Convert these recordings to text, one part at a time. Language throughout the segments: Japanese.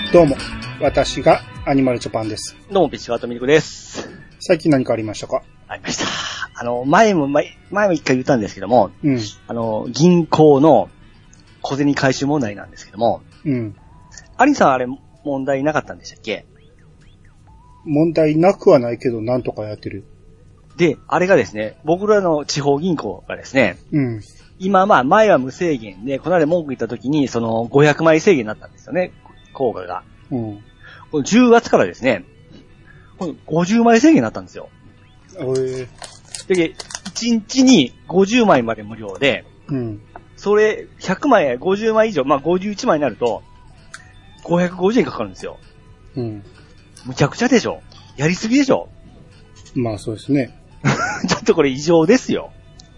どうも、私がアニマルジャパンです。 どうも、ピッチカートミルクです。 最近何かありましたか？ ありました。前も一回言ったんですけども、 うん。 銀行の小銭回収問題なんですけども、 うん。 アリさんあれ問題なかったんでしたっけ？ 問題なくはないけど、なんとかやってる。 で、あれがですね、僕らの地方銀行がですね、 うん。 今前は無制限で、この間文句言った時に、その500枚制限になったんですよね、効果が。 うん。 この10月からですね、この50枚制限になったんですよ。で、1日に50枚まで無料で、 うん。 それ、100枚や50枚以上、51枚になると、550円かかるんですよ。 うん。 むちゃくちゃでしょ？やりすぎでしょ？ まあそうですね。 ちょっとこれ異常ですよ。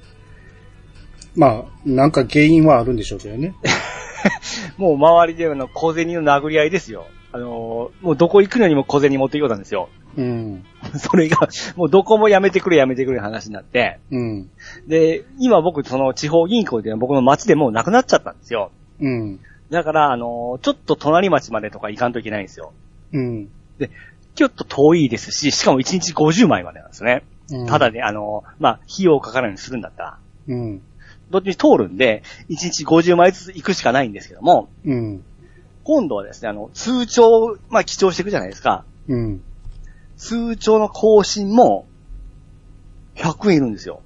まあ、なんか原因はあるんでしょうけどね。 もう周りで小銭の殴り合いですよ。もうどこ行くのにも小銭持っていこうたんですよ。 うん。 それが、もうどこもやめてくれ話になって。 うん。 で、今僕その地方銀行で僕の町でもうなくなっちゃったんですよ。 うん。 だから、ちょっと隣町までとか行かんといけないんですよ。 うん。 で、ちょっと遠いですし、しかも1日50枚までなんですね。 うん、 ただね、費用かからないようにするんだったら。 うん。 どっちに通るんで、1日50枚ずつ行くしかないんですけども、 うん。 今度はですね、通帳、記帳していくじゃないですか。 うん。 通帳の更新も、100円いるんですよ。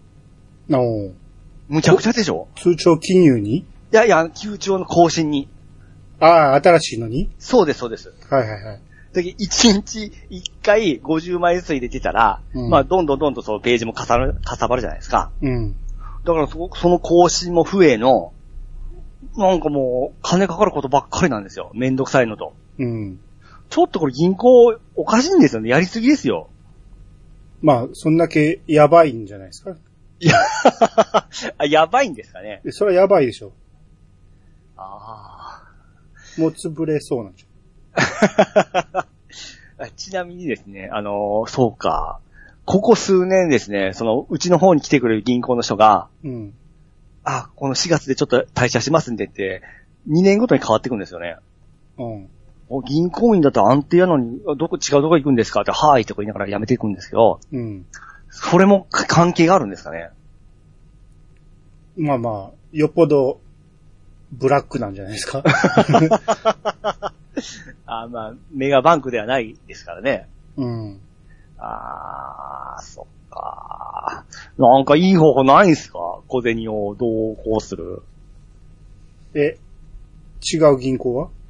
むちゃくちゃでしょ？ 通帳記入に？ いや、通帳の更新に。 ああ、新しいのに？ そうです、そうです。 はいはいはい。 で、1日1回50枚ずつ入れてたら、 うん、 どんどんそのページもかさばるじゃないですか。 うん。 だからその更新も増えの、なんかもう、金かかることばっかりなんですよ。めんどくさいのと。 うん。 ちょっとこれ銀行おかしいんですよね。やりすぎですよ。 まあ、そんだけやばいんじゃないですか。 いや、やばいんですかね。 それはやばいでしょ。 ああ。もう潰れそうなんじゃ。ちなみにですね、そうか。ここ数年ですね、うちの方に来てくれる銀行の人が、 うん。 この4月でちょっと退社しますんでって、2年ごとに変わっていくんですよね。 うん。 銀行員だと安定やのに、違うとこ行くんですかって、はーいとか言いながら辞めていくんですけど、 うん。それも関係があるんですかね。 まあまあ、よっぽど、ブラックなんじゃないですか。 メガバンクではないですからね。 うん。 そっか。なんかいい方法ないんすか？小銭をどうこうする。 違う銀行は？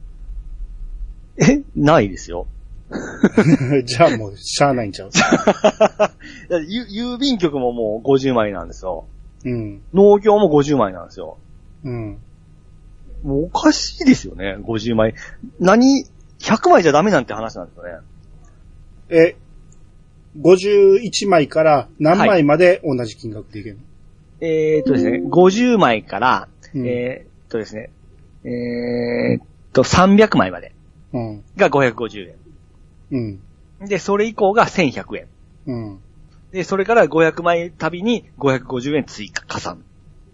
ないですよ。 じゃあもう、しゃあないんちゃう？ 郵便局ももう50枚なんですよ。 うん。 農業も50枚なんですよ。 うん。 もうおかしいですよね、50枚。100枚じゃダメなんて話なんですよね。 51枚から何枚まで同じ金額でいけるの？ ですね、50枚から、ですね、300枚まで。 うん。 が550 円。 うん。で、それ以降が1100円。 うん。 で、それから500枚たびに550円追加、加算。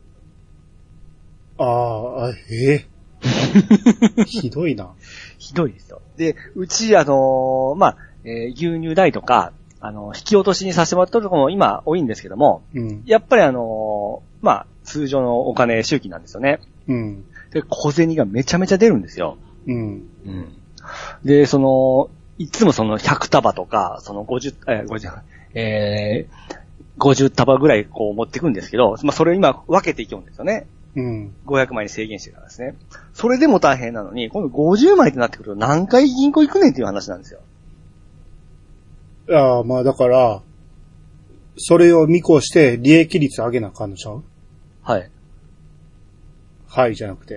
ひどいな。 ひどいですよ。で、うち、牛乳代とか、引き落としにさせてもらったところも今多いんですけども、 うん、 やっぱり通常のお金周期なんですよね。 うん。 で、小銭がめちゃめちゃ出るんですよ。 うん。 うん。で、いつも100束とか、50束ぐらいこう持ってくんですけど、それを今分けていくんですよね。 うん。 500枚に制限してからですね。それでも大変なのに、今度50枚ってなってくると何回銀行行くねんっていう話なんですよ。 だから、それを見越して利益率上げなあかんのちゃう？ はい。 はいじゃなくて。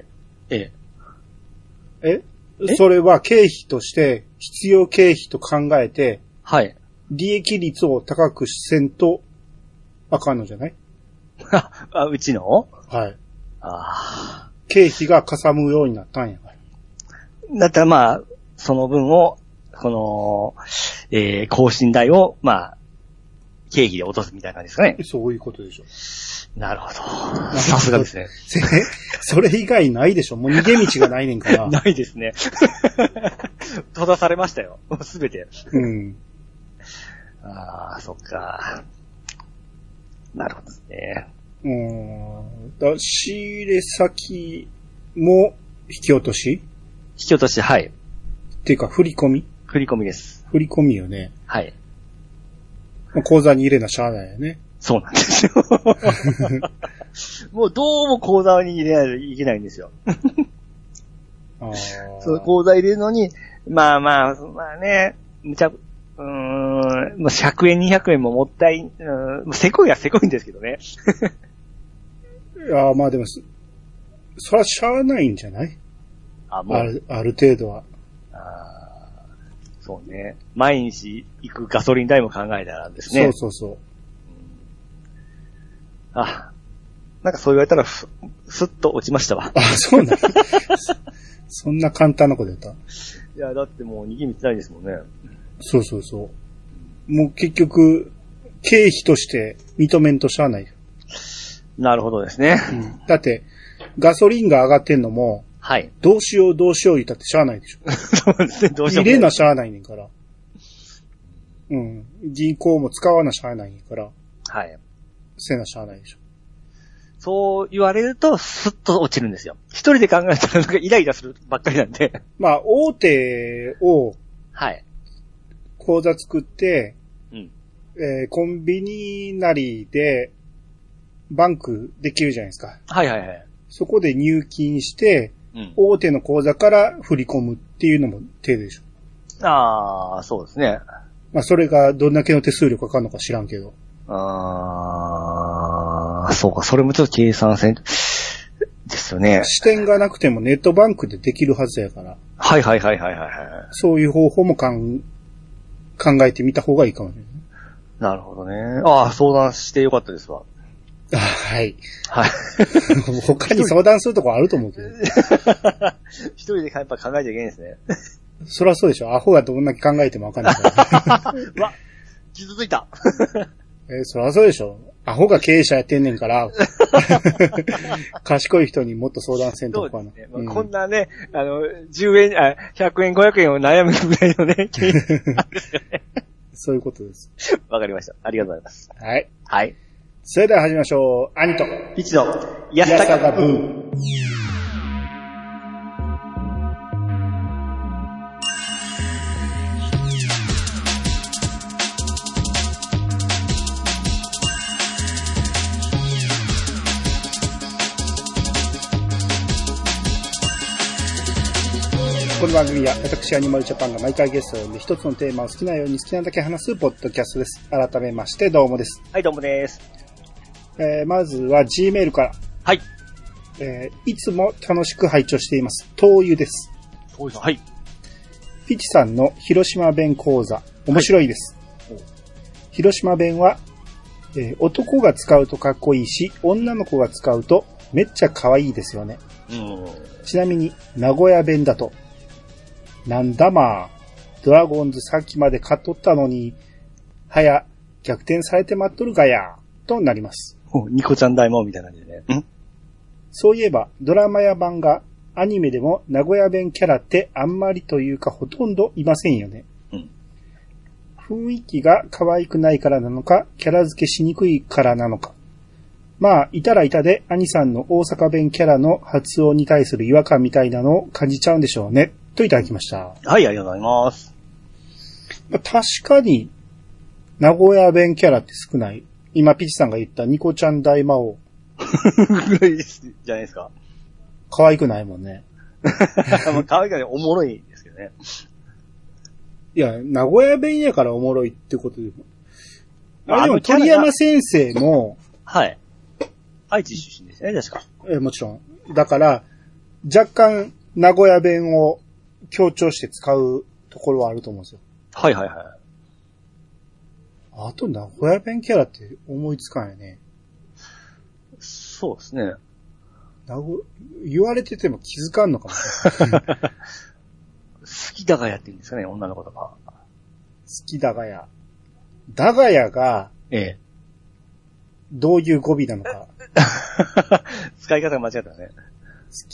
え？ それは経費として必要経費と考えて、 はい。 利益率を高くせんとあかんのじゃない？ うちの？ はい。 経費がかさむようになったんやから。 だったらその分を、更新代を、 経費で落とすみたいな感じですかね。 そういうことでしょ。 なるほど。さすがですね。 それ以外ないでしょ。もう逃げ道がないねんから。 ないですね。閉ざされましたよ。すべて。 うん。 ああ、そっか。なるほどですね。 仕入れ先も引き落とし？ 引き落とし、はい。 っていうか、振り込み？ 振り込みです。 振り込みよね。 はい。 口座に入れなしゃあないよね。 そうなんですよ。もうどうも口座に入れないといけないんですよ。その口座入れるのに、まあね、100円200円ももったい、せこいはせこいんですけどね。 いや、まあでも、それはしゃあないんじゃない？ある程度は。 そうね。毎日行くガソリン代も考えたらですね。 そう。 なんかそう言われたらスッと落ちましたわ。 そうなんそんな簡単なことやった？いや、だってもう逃げ道ないですもんね。 そう。もう結局、経費として認めんとしゃあない。 なるほどですね。 だって、ガソリンが上がってんのも、 はい。 どうしよう言ったってしゃあないでしょ。 そうですね、どうしよう。 入れなしゃあないねんから。銀行も使わなしゃあないねんから。 はい。 せなしゃあないでしょ。 そう言われると、スッと落ちるんですよ。一人で考えたらなんかイライラするばっかりなんで。 まあ、大手を、 はい。 口座作って、コンビニなりで、バンクできるじゃないですか。 はい。 そこで入金して、大手の口座から振り込むっていうのも手でしょ。 そうですね。 まあ、それがどんだけの手数料かかるのか知らんけど。 そうか、それもちょっと計算せんですよね。 支店がなくてもネットバンクでできるはずやから。 はい。 そういう方法も考えてみた方がいいかもね。 なるほどね。相談してよかったですわ。 はい。 はい。 他に相談するとこあると思うけど。 一人でやっぱ考えちゃいけないですね。 そりゃそうでしょ。アホがどんだけ考えてもわかんないから。 傷ついた。 そりゃそうでしょ。アホが経営者やってんねんから。賢い人にもっと相談せんとかな。 ねこんなね、10円、100円、500円を悩むぐらいのね、経営者ですよね。 そういうことです。 わかりました。ありがとうございます。 はい。 はい。 それでは始めましょう。兄とピチの安高がブー。この番組は私アニマルジャパンが毎回ゲストを呼んで一つのテーマを好きなように好きなだけ話すポッドキャストです。改めましてどうもです。 はい、どうもです。 まずは Gmail から。 はい。 いつも楽しく拝聴しています。灯油です。 灯油さん、はい。 ピチさんの広島弁講座、面白いです。はい、広島弁は、男が使うとかっこいいし、女の子が使うとめっちゃ可愛いですよね。ちなみに、名古屋弁だと、なんだまあ、ドラゴンズさっきまで勝っとったのに、逆転されて待っとるがや、となります。 ニコちゃん大魔王みたいな感じでね。 そういえば、ドラマや漫画、アニメでも名古屋弁キャラってあんまりというかほとんどいませんよね。雰囲気が可愛くないからなのか、キャラ付けしにくいからなのか。まあ、いたらいたで、兄さんの大阪弁キャラの発音に対する違和感みたいなのを感じちゃうんでしょうね。といただきました。 はい、ありがとうございます。 確かに、名古屋弁キャラって少ない。今、ピチさんが言ったニコちゃん大魔王。 ぐらいじゃないですか。 可愛くないもんね。 可愛くない、おもろいですけどね。 いや、名古屋弁やからおもろいってことでも。でも鳥山先生も、 はい。愛知出身ですね、確か。 もちろん。だから、若干名古屋弁を強調して使うところはあると思うんですよ。 はい。 あと名古屋弁キャラって思いつかないね。 そうですね。 言われてても気づかんのかもしれない。 好きだがやってるんですかね、女の子とか。 好きだがや。だがやがええ。 どういう語尾なのか。 使い方が間違ったね。 好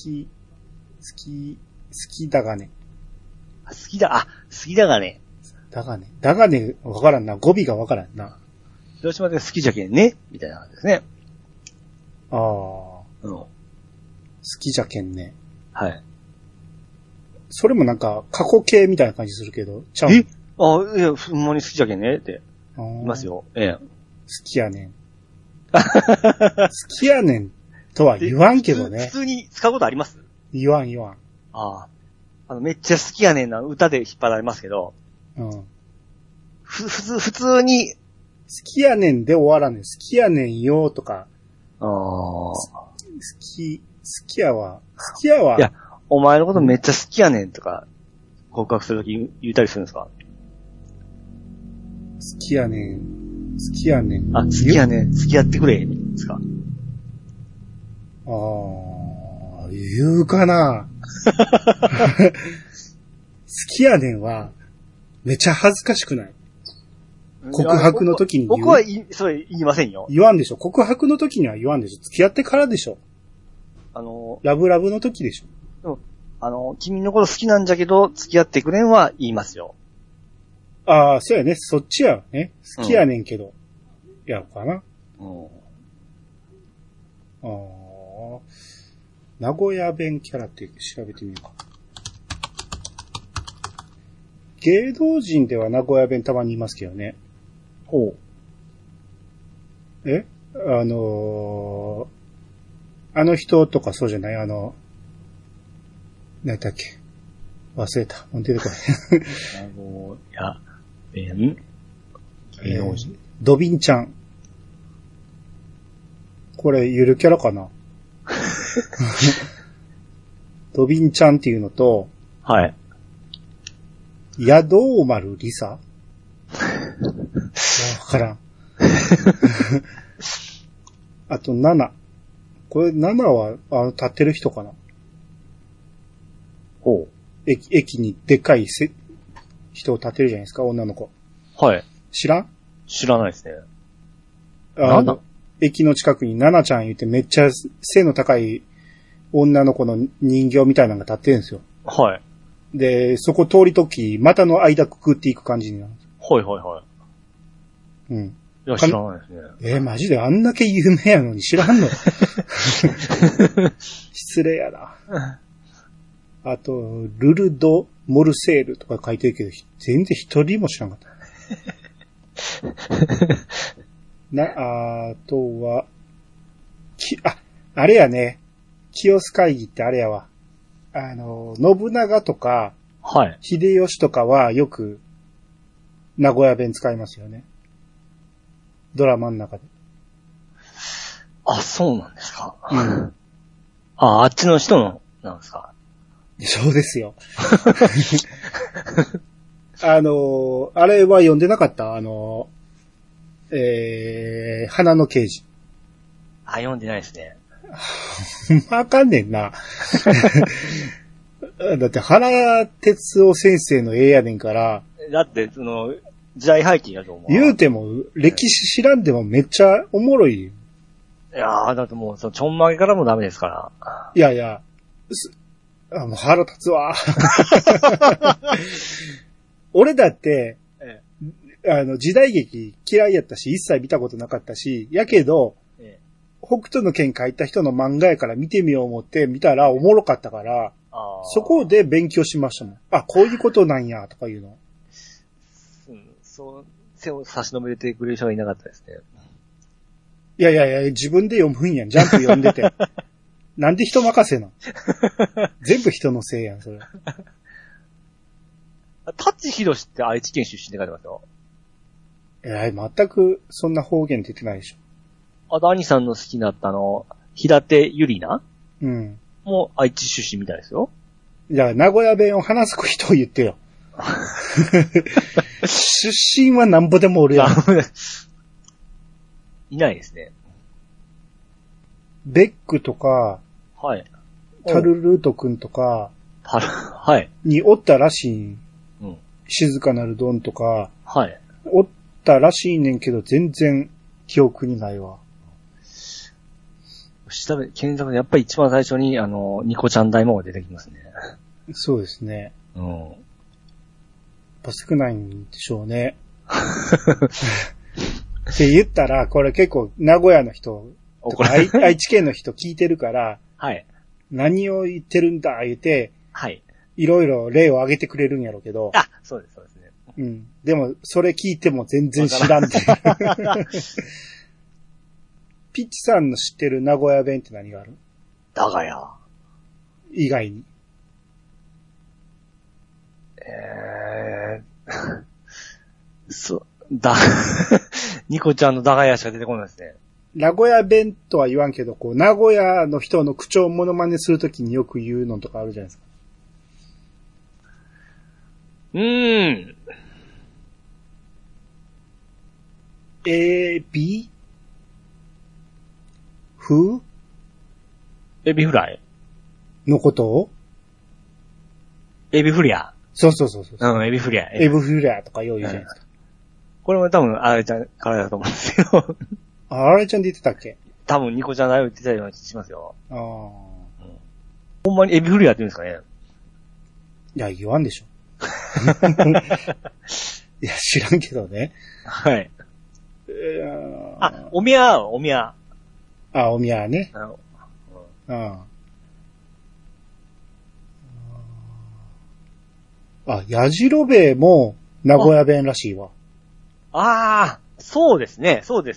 きだがね。 好きだがね。 だがね、わからんな。語尾がわからんな。 広島で好きじゃけんねみたいな感じですね。 ああ。 うん。 好きじゃけんね。 はい。 それもなんか、過去形みたいな感じするけど、ちゃう。 いや、ほんまに好きじゃけんねって言いますよ。ええ。 好きやねん。好きやねんとは言わんけどね。 普通に使うことあります？ 言わん。 ああ。めっちゃ好きやねんな歌で引っ張られますけど。 うん。 普通に。 好きやねんで終わらんねん。好きやねんよとか。好きやわ。 いや、お前のことめっちゃ好きやねんとか、告白するとき言ったりするんですか？ 好きやねん。 好きやねん。付き合ってくれ。ですか？ 言うかな。好きやねんは、めちゃ恥ずかしくない？告白の時に言う。 僕はそれ言いませんよ。 言わんでしょ。告白の時には言わんでしょ。付き合ってからでしょ。ラブラブの時でしょ。 君のこと好きなんじゃけど、付き合ってくれんは言いますよ。 ああ、そうやね。そっちやね。好きやねんけど。やろうかな。名古屋弁キャラって調べてみようか。芸能人では名古屋弁たまにいますけどね。 ほう。あの人とかそうじゃない？何だっけ？忘れた。もう出てこない。 芸能人。 ドビンちゃん。これ、ゆるキャラかな？ドビンちゃんっていうのと、 はい。 ヤドウマルリサ？わからん。あと、ナナ。これ、ナナは、立ってる人かな？ ほう。 駅にでっかい人を立てるじゃないですか、女の子。 はい。 知らないですね。 駅の近くにナナちゃん言ってめっちゃ背の高い女の子の人形みたいなのが立ってるんですよ。 はい。 で、そこ通りとき、股の間くくっていく感じになるんですよ。はい。 うん。 いや、知らないですね。 マジであんだけ有名やのに知らんの？失礼やな。あと、ルルド・モルセールとか書いてるけど、全然一人も知らなかった。あとは、あれやね。清須会議ってあれやわ。信長とか、 はい。 秀吉とかはよく、名古屋弁使いますよね。ドラマの中で。 あ、そうなんですか。 うん。 あっちの人の、なんですか。 そうですよ。あれは読んでなかった？花の刑事。 読んでないですね。 わかんねんな。だって、原哲夫先生の絵やねんから。 だって、時代背景だと思う。 言うても、歴史知らんでもめっちゃおもろい。 いやー、だってもう、ちょんまげからもダメですから。 いや、もう腹立つわ。俺だって、時代劇嫌いやったし、一切見たことなかったし、やけど、北斗の拳書いた人の漫画やから見てみよう思って見たらおもろかったから、そこで勉強しましたもん。こういうことなんや、とかいうの。 背を差し伸べてくれる人がいなかったですね。 いや、自分で読むんやん。ジャンプ読んでて。なんで人任せなの？全部人のせいやん、それ。 舘ひろしって愛知県出身で書いてますよ。 全くそんな方言出てないでしょ。 兄さんの好きだった平手ゆりな？ うん。 もう愛知出身みたいですよ。 じゃあ、名古屋弁を話す人を言ってよ。出身はなんぼでもおるやん。 いないですね。 ベックとか、 はい。 タルルートくんとか、 はい。 におったらしい。 うん。 静かなるドンとか、 はい。 おっったらしいねんけど、全然記憶にないわ。 検索でやっぱり一番最初に、ニコちゃん大魔王が出てきますね。 そうですね。 うん。 やっぱ少ないんでしょうね。って言ったら、これ結構名古屋の人とか愛知県の人聞いてるから、 はい。 何を言ってるんだ言って、 はい。 いろいろ例を挙げてくれるんやろうけど。 あ、そうですね。 うん。でも、それ聞いても全然知らんで。ピッチさんの知ってる名古屋弁って何がある？ だがや。 以外に。 ニコちゃんのだがやしか出てこないですね。 名古屋弁とは言わんけど、こう、名古屋の人の口調モノマネするときによく言うのとかあるじゃないですか。エビフエビフライのことをエビフリア。 そう。 うん、エビフリア。 エビフリアとかよう言うじゃないですか。これも多分、あれちゃんからだと思うんですけど。 あれちゃんで言ってたっけ？ 多分、ニコちゃんだよって言ってたような気しますよ。 ああ、うん。 ほんまにエビフリアって言うんですかね？ いや、言わんでしょ。いや、知らんけどね。 はい。おみや。 あ、おみやね。うん。あ、やじろべえも名古屋弁らしいわ。 そうですね。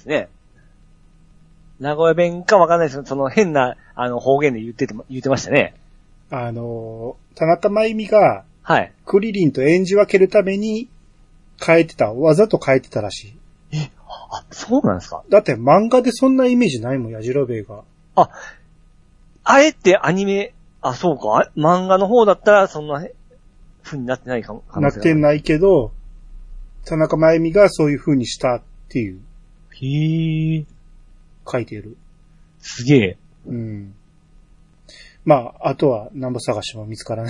名古屋弁かわかんないですけど、その変な、方言で言ってましたね。 田中真由美が、 はい。 クリリンと演じ分けるためにわざと変えてたらしい。 そうなんですか？ だって漫画でそんなイメージないもん、やじろべえが。 あえてアニメ、そうか。漫画の方だったらそんな風になってないかも。 なってないけど、田中真由美がそういう風にしたっていう。 へー。 書いてる。 すげえ。 うん。まあ、あとはナンバー探しも見つからない。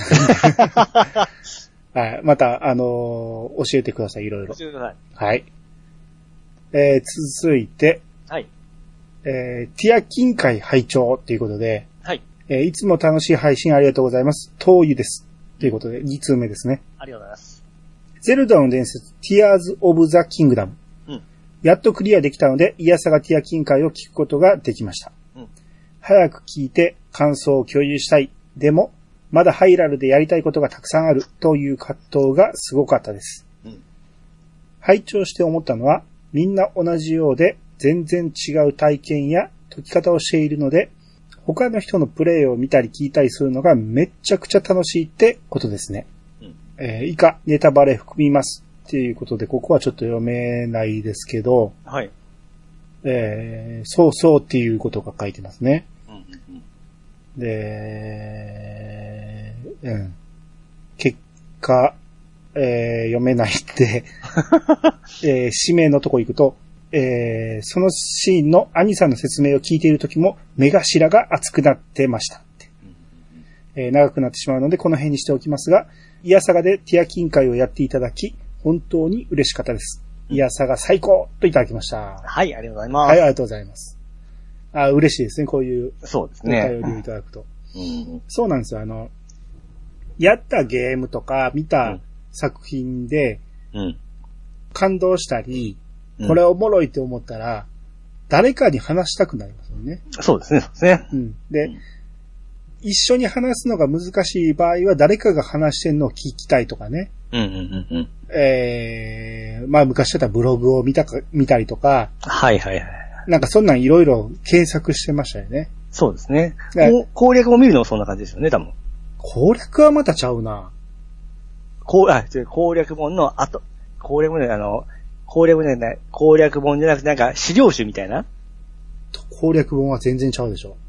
はい。また、教えてください、いろいろ。 教えてください。 はい。続いて、 はい。 ティア金会拝聴ということで、 はい。 いつも楽しい配信ありがとうございます。灯油です。ということで、2通目ですね。 ありがとうございます。 ゼルダの伝説、ティアーズ・オブ・ザ・キングダム。 うん。 やっとクリアできたので、イヤサガティア金会を聞くことができました。うん。早く聞いて感想を共有したい。でも、まだハイラルでやりたいことがたくさんあるという葛藤がすごかったです。うん。拝聴して思ったのは、みんな同じようで全然違う体験や解き方をしているので、他の人のプレイを見たり聞いたりするのがめっちゃくちゃ楽しいってことですね。うん、以下、ネタバレ含みますっていうことで、ここはちょっと読めないですけど、 はい。 そうっていうことが書いてますね。 うんうんうん、 で、結果、読めないって指名のとこ行くと、そのシーンの兄さんの説明を聞いているときも目頭が熱くなってましたって、長くなってしまうのでこの辺にしておきますが、イヤサガでティア金会をやっていただき本当に嬉しかったです。イヤサガ最高といただきました。 はい、ありがとうございます。 はい、ありがとうございます。嬉しいですね、こういうそうですね。 お便りをいただくと、 うん、 そうなんですよ。やったゲームとか見た作品で感動したり、これおもろいって思ったら、誰かに話したくなりますよね。 そうですね、そうですね。 うん。で、一緒に話すのが難しい場合は、誰かが話してんのを聞きたいとかね。まあ昔だったらブログを見たりとか。 はいはいはい。 なんかそんなんいろいろ検索してましたよね。 そうですね。攻略を見るのもそんな感じですよね、多分。 攻略はまたちゃうな。 攻略本の後、攻略本じゃなくてなんか資料集みたいな？ 攻略本は全然ちゃうでしょ。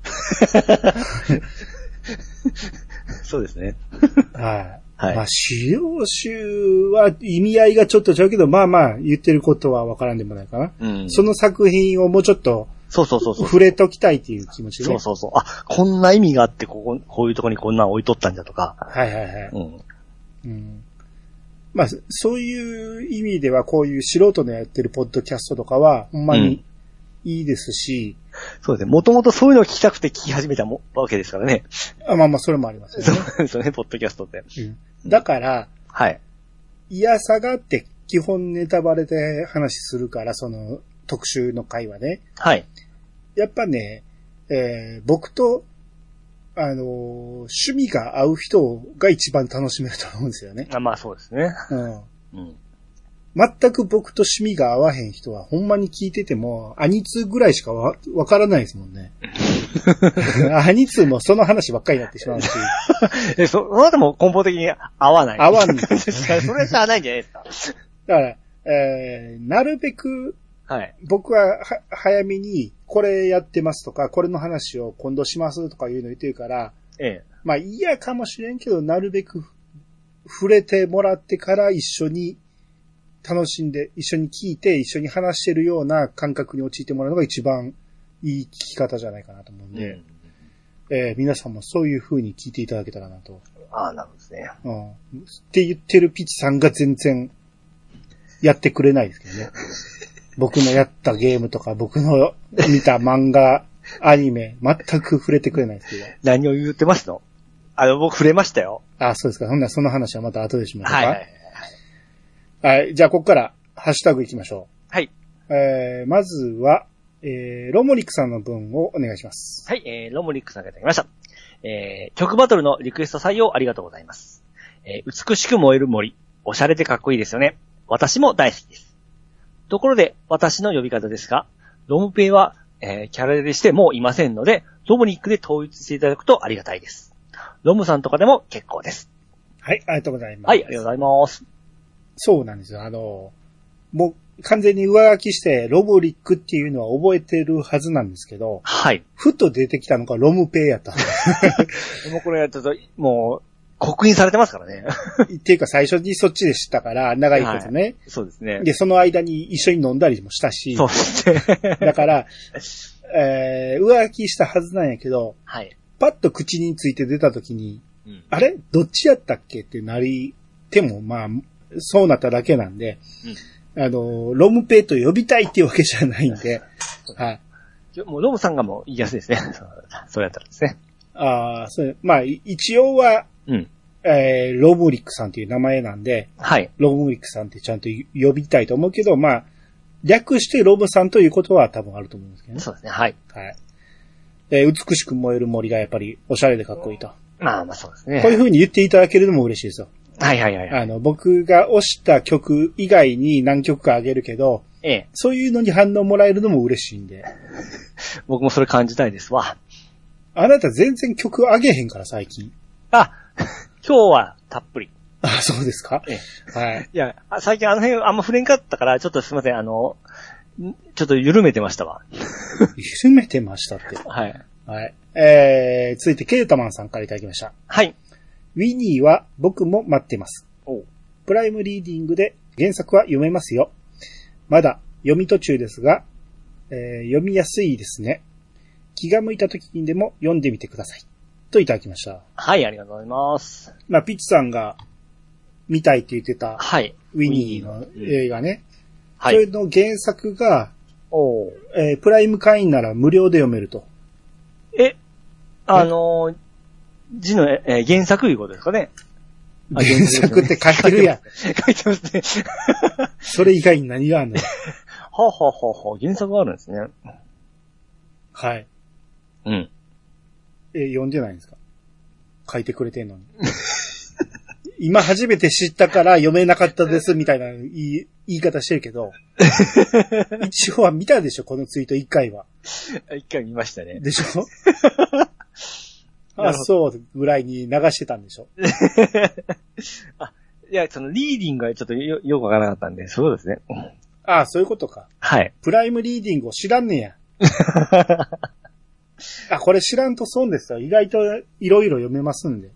そうですね。 はい。はい。まあ資料集は意味合いがちょっと違うけど、まあまあ言ってることはわからんでもないかな。うん。その作品をもうちょっと、 そう。 触れときたいっていう気持ちね。 そう。こんな意味があってこういうとこにこんな置いとったんだとか。 はい。うん。 まあ、そういう意味ではこういう素人のやってるポッドキャストとかは、ほんまにいいですし、 そうですね。もともとそういうのを聞きたくて聞き始めたわけですからね。 まあまあ、それもありますよね。 そうですよね、ポッドキャストって。 だから、 はい。 いやさがあって基本ネタバレで話するから、その特集の回はね。 はい。 やっぱね、僕と、趣味が合う人が一番楽しめると思うんですよね。 まあそうですね。 全く僕と趣味が合わへん人は、ほんまに聞いてても、アニツーぐらいしかわからないですもんね。アニツーもその話ばっかりになってしまうし。 その後も根本的に合わない。 合わない。 それしゃあないんじゃないですか。 だから、なるべく、 はい。 僕は早めに、これやってますとか、これの話を今度しますとかいうの言ってるから、まあ嫌かもしれんけど、なるべく触れてもらってから一緒に楽しんで、一緒に聞いて、一緒に話してるような感覚に陥ってもらうのが一番いい聞き方じゃないかなと思うんで、皆さんもそういう風に聞いていただけたらなと。 ああ、なるほどですね。 って言ってるピチさんが全然やってくれないですけどね。僕のやったゲームとか、僕の見た漫画、アニメ、全く触れてくれないですけど。 何を言ってますの？僕触れましたよ。 あ、そうですか。その話はまた後でしましょうか。 はい。 はい。じゃあ、ここから、ハッシュタグいきましょう。はい。 まずは、ロモリックさんの文をお願いします。 はい、ロモリックさんがいただきました。曲バトルのリクエスト採用ありがとうございます。美しく燃える森。おしゃれでかっこいいですよね。私も大好きです。ところで、私の呼び方ですが、ロムペイは、キャラでしてもういませんので、ロモニックで統一していただくとありがたいです。ロムさんとかでも結構です。 はい、ありがとうございます。 はい、ありがとうございます。 そうなんですよ。もう完全に上書きして、ロモリックっていうのは覚えてるはずなんですけど、 はい。 ふと出てきたのがロムペイやった。 もうこれやったと、もう、刻印されてますからね。 っていうか最初にそっちで知ったから、長いことね、 そうですね。 で、その間に一緒に飲んだりもしたし。 そうですね。 だから、上書きしたはずなんやけど、 はい。 パッと口について出た時に、あれどっちやったっけってなりても、まあ、そうなっただけなんで、ロムペイと呼びたいっていうわけじゃないんで、はい。 もうロムさんがもう言いやすいですね。そうやったらですね。 まあ、一応は、ロムリックさんっていう名前なんで、 はい。 ロムリックさんってちゃんと呼びたいと思うけど、まあ、略してロムさんということは多分あると思うんですけどね。 そうですね、はい。 はい。美しく燃える森がやっぱりおしゃれでかっこいいと。 まあそうですね。 こういう風に言っていただけるのも嬉しいですよ。 はい。 僕が推した曲以外に何曲かあげるけど、そういうのに反応もらえるのも嬉しいんで。 僕もそれ感じたいですわ。 あなた全然曲あげへんから最近。 今日はたっぷり。 そうですか？はい。 いや、最近あの辺あんま触れんかったから、ちょっとすいません、ちょっと緩めてましたわ。 緩めてましたって。 はい。 はい。続いてケータマンさんからいただきました。 はい。 ウィニーは僕も待ってます。プライムリーディングで原作は読めますよ。まだ読み途中ですが、読みやすいですね。気が向いた時にでも読んでみてください。といただきました。 はい、ありがとうございます。 まあ、ピッチさんが見たいって言ってた、 はい。 ウィニーの映画ね。 はい。 それの原作が、プライム会員なら無料で読めると。 字の、原作いうことですかね。 原作って書いてるやん。 書いてますね。 それ以外に何があるの？ は、原作があるんですね。 はい。読んでないんですか？書いてくれてんのに。今初めて知ったから読めなかったですみたいな言い方してるけど、一応は見たでしょ、このツイート1回は。 1回見ましたね。 でしょ？そうぐらいに流してたんでしょ。 いや、そのリーディングがちょっとよくわからなかったんで、そうですね。 そういうことか。 はい。 プライムリーディングを知らんねや。これ知らんと損ですよ。意外といろいろ読めますんで。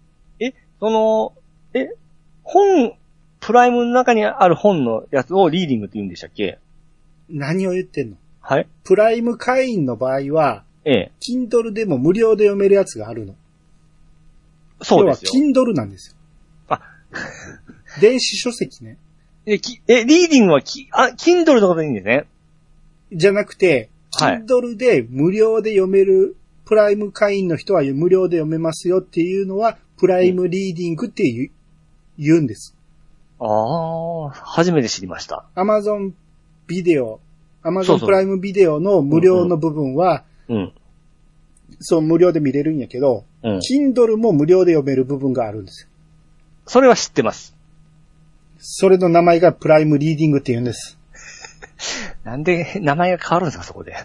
プライムの中にある本のやつをリーディングって言うんでしたっけ？ 何を言ってんの？ はい。 プライム会員の場合は、Kindle でも無料で読めるやつがあるの。 そうですよ。 要は Kindle なんですよ。 電子書籍ね。 リーディングはKindle のことでいいんですね。 じゃなくて、 はい。 Kindle で無料で読める、プライム会員の人は無料で読めますよっていうのは、プライムリーディングって言うんです。 初めて知りました。 Amazon ビデオ、Amazon プライムビデオの無料の部分は、そう無料で見れるんやけど、Kindle も無料で読める部分があるんですよ。 それは知ってます。 それの名前がプライムリーディングって言うんです。 なんで名前が変わるんですか、そこで。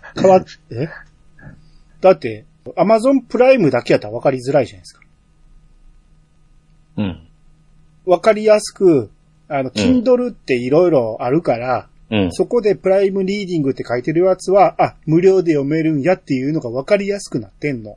だって、Amazon プライムだけやったら分かりづらいじゃないですか。分かりやすく、Kindle っていろいろあるから、そこでプライムリーディングって書いてるやつは、無料で読めるんやっていうのが分かりやすくなってんの。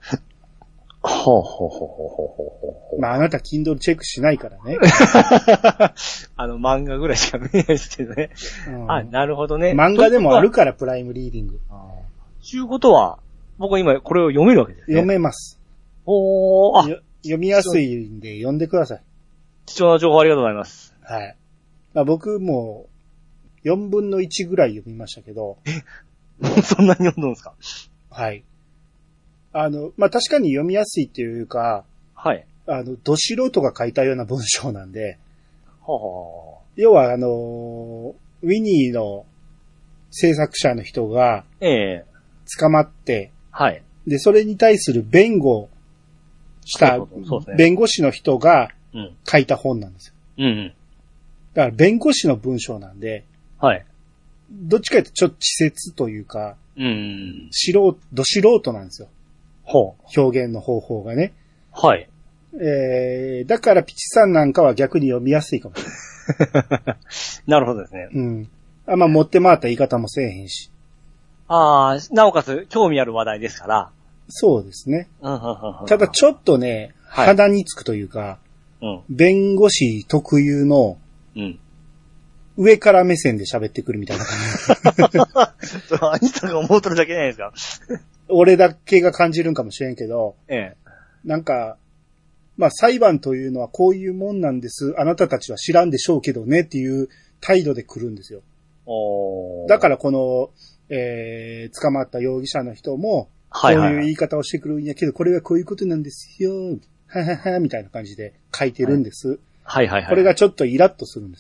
まあ、あなた Kindle チェックしないからね。 漫画ぐらいしか見ないですけどね。なるほどね。 漫画でもあるから、プライムリーディング。 ちゅうことは、僕は今これを読めるわけですね。 読めます。読みやすいんで読んでください。 貴重な情報ありがとうございます。 はい。僕も、4分の1ぐらい読みましたけど。 もうそんなに読んだんですか？ はい。まあ、確かに読みやすいっていうか、 はい。 ど素人が書いたような文章なんで、要はウィニーの制作者の人が、捕まって、 はい。 で、それに対する弁護した、弁護士の人が書いた本なんですよ。だから弁護士の文章なんで、 はい。 どっちかというとちょっと稚拙というか、ど素人なんですよ。表現の方法がね。 はい。 だからピチさんなんかは逆に読みやすいかもしれない。 なるほどですね。 まあ、持って回った言い方もせえへんし。 なおかつ興味ある話題ですから。 そうですね。ただちょっとね、肌につくというか、弁護士特有の、上から目線で喋ってくるみたいな感じ。 兄さんが思うとるだけじゃないですか。 俺だけが感じるんかもしれんけど、なんか、まあ裁判というのはこういうもんなんです。あなたたちは知らんでしょうけどねっていう態度で来るんですよ。だからこの、捕まった容疑者の人も、こういう言い方をしてくるんやけど、これはこういうことなんですよ。はははみたいな感じで書いてるんです。これがちょっとイラッとするんです。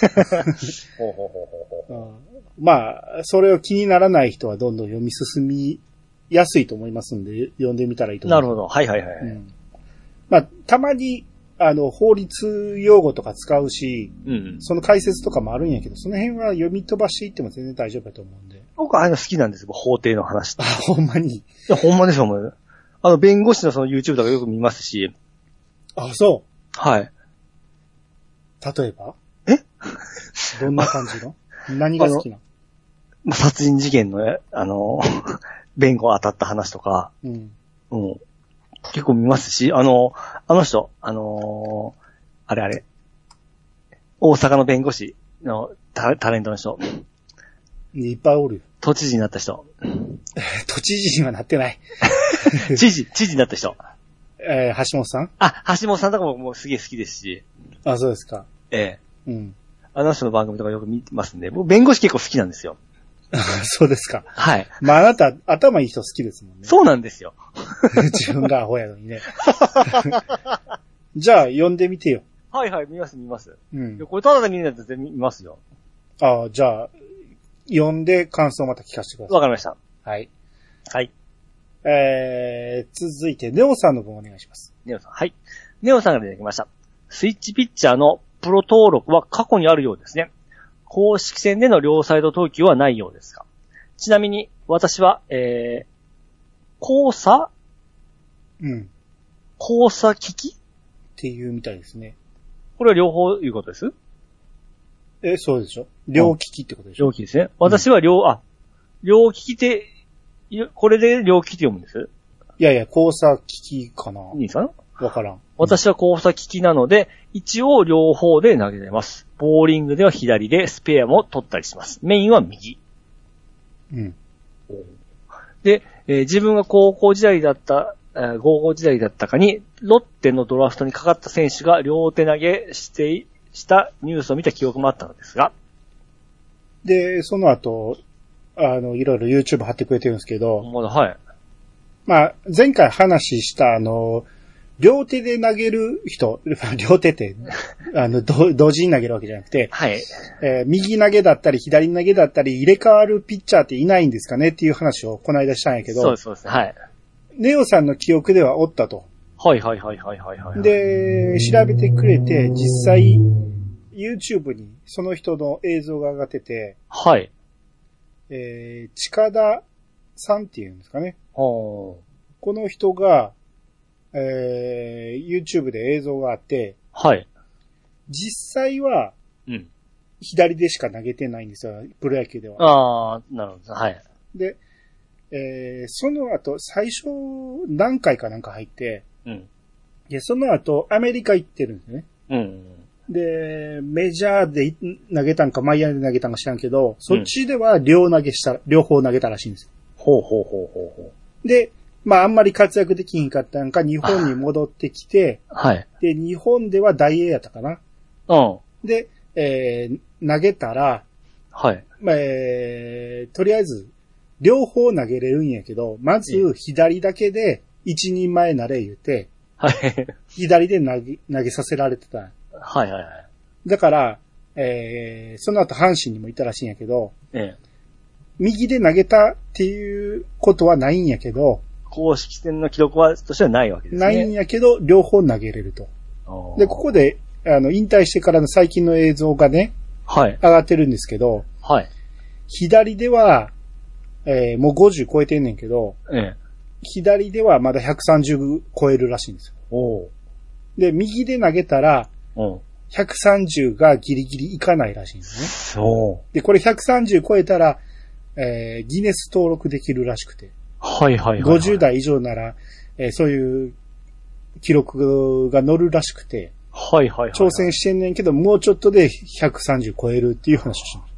まあ、それを気にならない人はどんどん読み進みやすいと思いますんで、読んでみたらいいと思います。 なるほど。はい。 まあ、たまに、法律用語とか使うし、その解説とかもあるんやけど、その辺は読み飛ばしていっても全然大丈夫だと思うんで。 僕好きなんですよ、法廷の話って。 ほんまに。 いや、ほんまですよ、もう。弁護士のその YouTube とかよく見ますし。 そう。 はい。 例えば？どんな感じの？何が好きなの？ 殺人事件の弁護当たった話とか、結構見ますし、あの人、あれ、大阪の弁護士のタレントの人。 いっぱいおるよ。 都知事になった人。 都知事にはなってない。 知事になった人。 橋本さん？ 橋本さんとかもうすげえ好きですし。 そうですか。 あの人の番組とかよく見てますんで、僕弁護士結構好きなんですよ。 そうですか。 はい。 まあ、あなた、頭いい人好きですもんね。 そうなんですよ。 自分がアホやのにね。じゃあ、読んでみてよ。 はい、見ます。これただで見るやつ全然見ますよ。 じゃあ、読んで感想をまた聞かせてください。 わかりました。 はい。 続いて、ネオさんの分お願いします。 ネオさん。はい。ネオさんが出てきました。スイッチピッチャーのプロ登録は過去にあるようですね。公式戦での両サイド投球はないようですが。ちなみに、私は、交差機器っていうみたいですね。 これは両方いうことです？ そうでしょ。両利きってことでしょ。 両利きですね。私は両利きってこれで両利きって読むんです？ いや、交差機器かな。 いいですか？ わからん。 私は交差利きなので、一応両方で投げてます。ボーリングでは左でスペアも取ったりします。メインは右。で、自分が高校時代だったかに、ロッテのドラフトにかかった選手が両手投げしてしたニュースを見た記憶もあったのですが。 で、その後、いろいろ YouTube 貼ってくれてるんですけど、 はい。 まあ、前回話した両手で投げる人、両手って、同時に投げるわけじゃなくて、 はい。 右投げだったり、左投げだったり、入れ替わるピッチャーっていないんですかねっていう話をこの間したんやけど、 そうです。はい。 ネオさんの記憶ではおったと。 はい。 で、調べてくれて、実際、YouTube にその人の映像が上がってて、 はい。 近田さんっていうんですかね。 この人が、YouTube で映像があって、 はい。 実際は、左でしか投げてないんですよ、プロ野球では。 ああ、なるほど。はい。 で、その後、最初、何回かなんか入って、で、その後、アメリカ行ってるんですよね。で、メジャーで投げたんか、マイアミで投げたんか知らんけど、そっちでは両方投げたらしいんですよ。 ほう。 で、まああんまり活躍できひんかったんか、日本に戻ってきて、 はい。 で、日本では大英やったかな。で、投げたら、 はい。 とりあえず、両方投げれるんやけど、まず左だけで一人前なれ言うて、 はい。 左で投げさせられてた。 はい。 だから、その後阪神にもいたらしいんやけど、右で投げたっていうことはないんやけど、 公式戦の記録は、としてはないわけですね。 ないんやけど、両方投げれると。で、ここで、引退してからの最近の映像がね、 はい。 上がってるんですけど、 はい。 左では、もう50超えてんねんけど、左ではまだ130超えるらしいんですよ。で、右で投げたら、130がギリギリいかないらしいんですね。で、これ130超えたら、ギネス登録できるらしくて。50代以上なら、そういう記録が乗るらしくて。挑戦してんねんけど、もうちょっとで130超えるっていう話をします。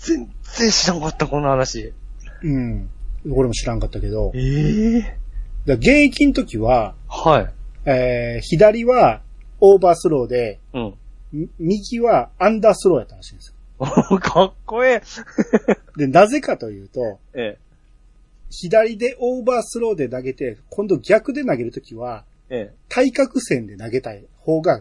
全然知らんかった、この話。 俺も知らんかったけど。現役の時は、左はオーバースローで、右はアンダースローやったらしいんですよ。かっこええ。 で、なぜかというと、左でオーバースローで投げて、今度逆で投げるときは、対角線で投げたい方が、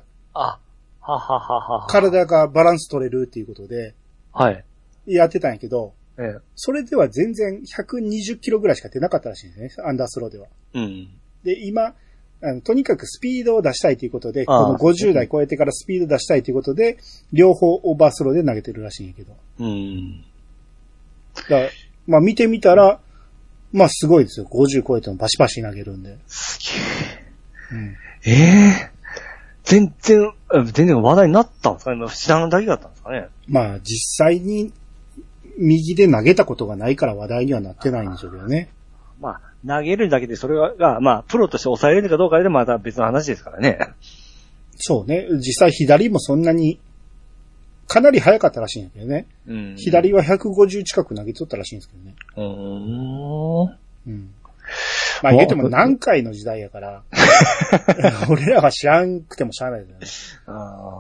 体がバランス取れるっていうことで、やってたんやけど、それでは全然120キロぐらいしか出なかったらしいんですね、アンダースローでは。で、今、とにかくスピードを出したいということで、この50代超えてからスピード出したいということで、両方オーバースローで投げてるらしいんやけど。だから、まあ見てみたら、まあすごいですよ。50超えてもバシバシ投げるんで。 すげえ。全然話題になったんですかね。知らんだけだったんですかね。 まあ実際に右で投げたことがないから話題にはなってないんでしょうけどね。 まあ投げるだけでそれが、まあプロとして抑えれるかどうかでまた別の話ですからね。そうね。実際左もそんなに、かなり速かったらしいんやけどね。左は150近く投げとったらしいんですけどね。まあ言うても何回の時代やから、俺らは知らんくてもしゃあないですよね。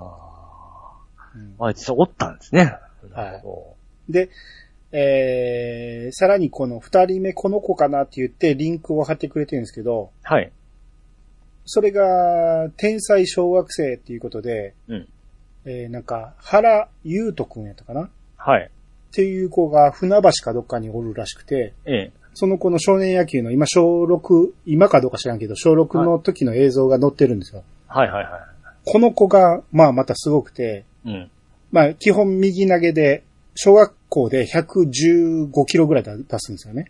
あいつおったんですね。 で、さらにこの二人目この子かなって言ってリンクを貼ってくれてるんですけど、それが天才小学生っていうことで、なんか原優斗くんやったかなっていう子が船橋かどっかにおるらしくて、その子の少年野球の今小6、今かどうか知らんけど、小6の時の映像が載ってるんですよ。この子が、まあまたすごくて、まあ基本右投げで、小学校で115キロぐらい出すんですよね。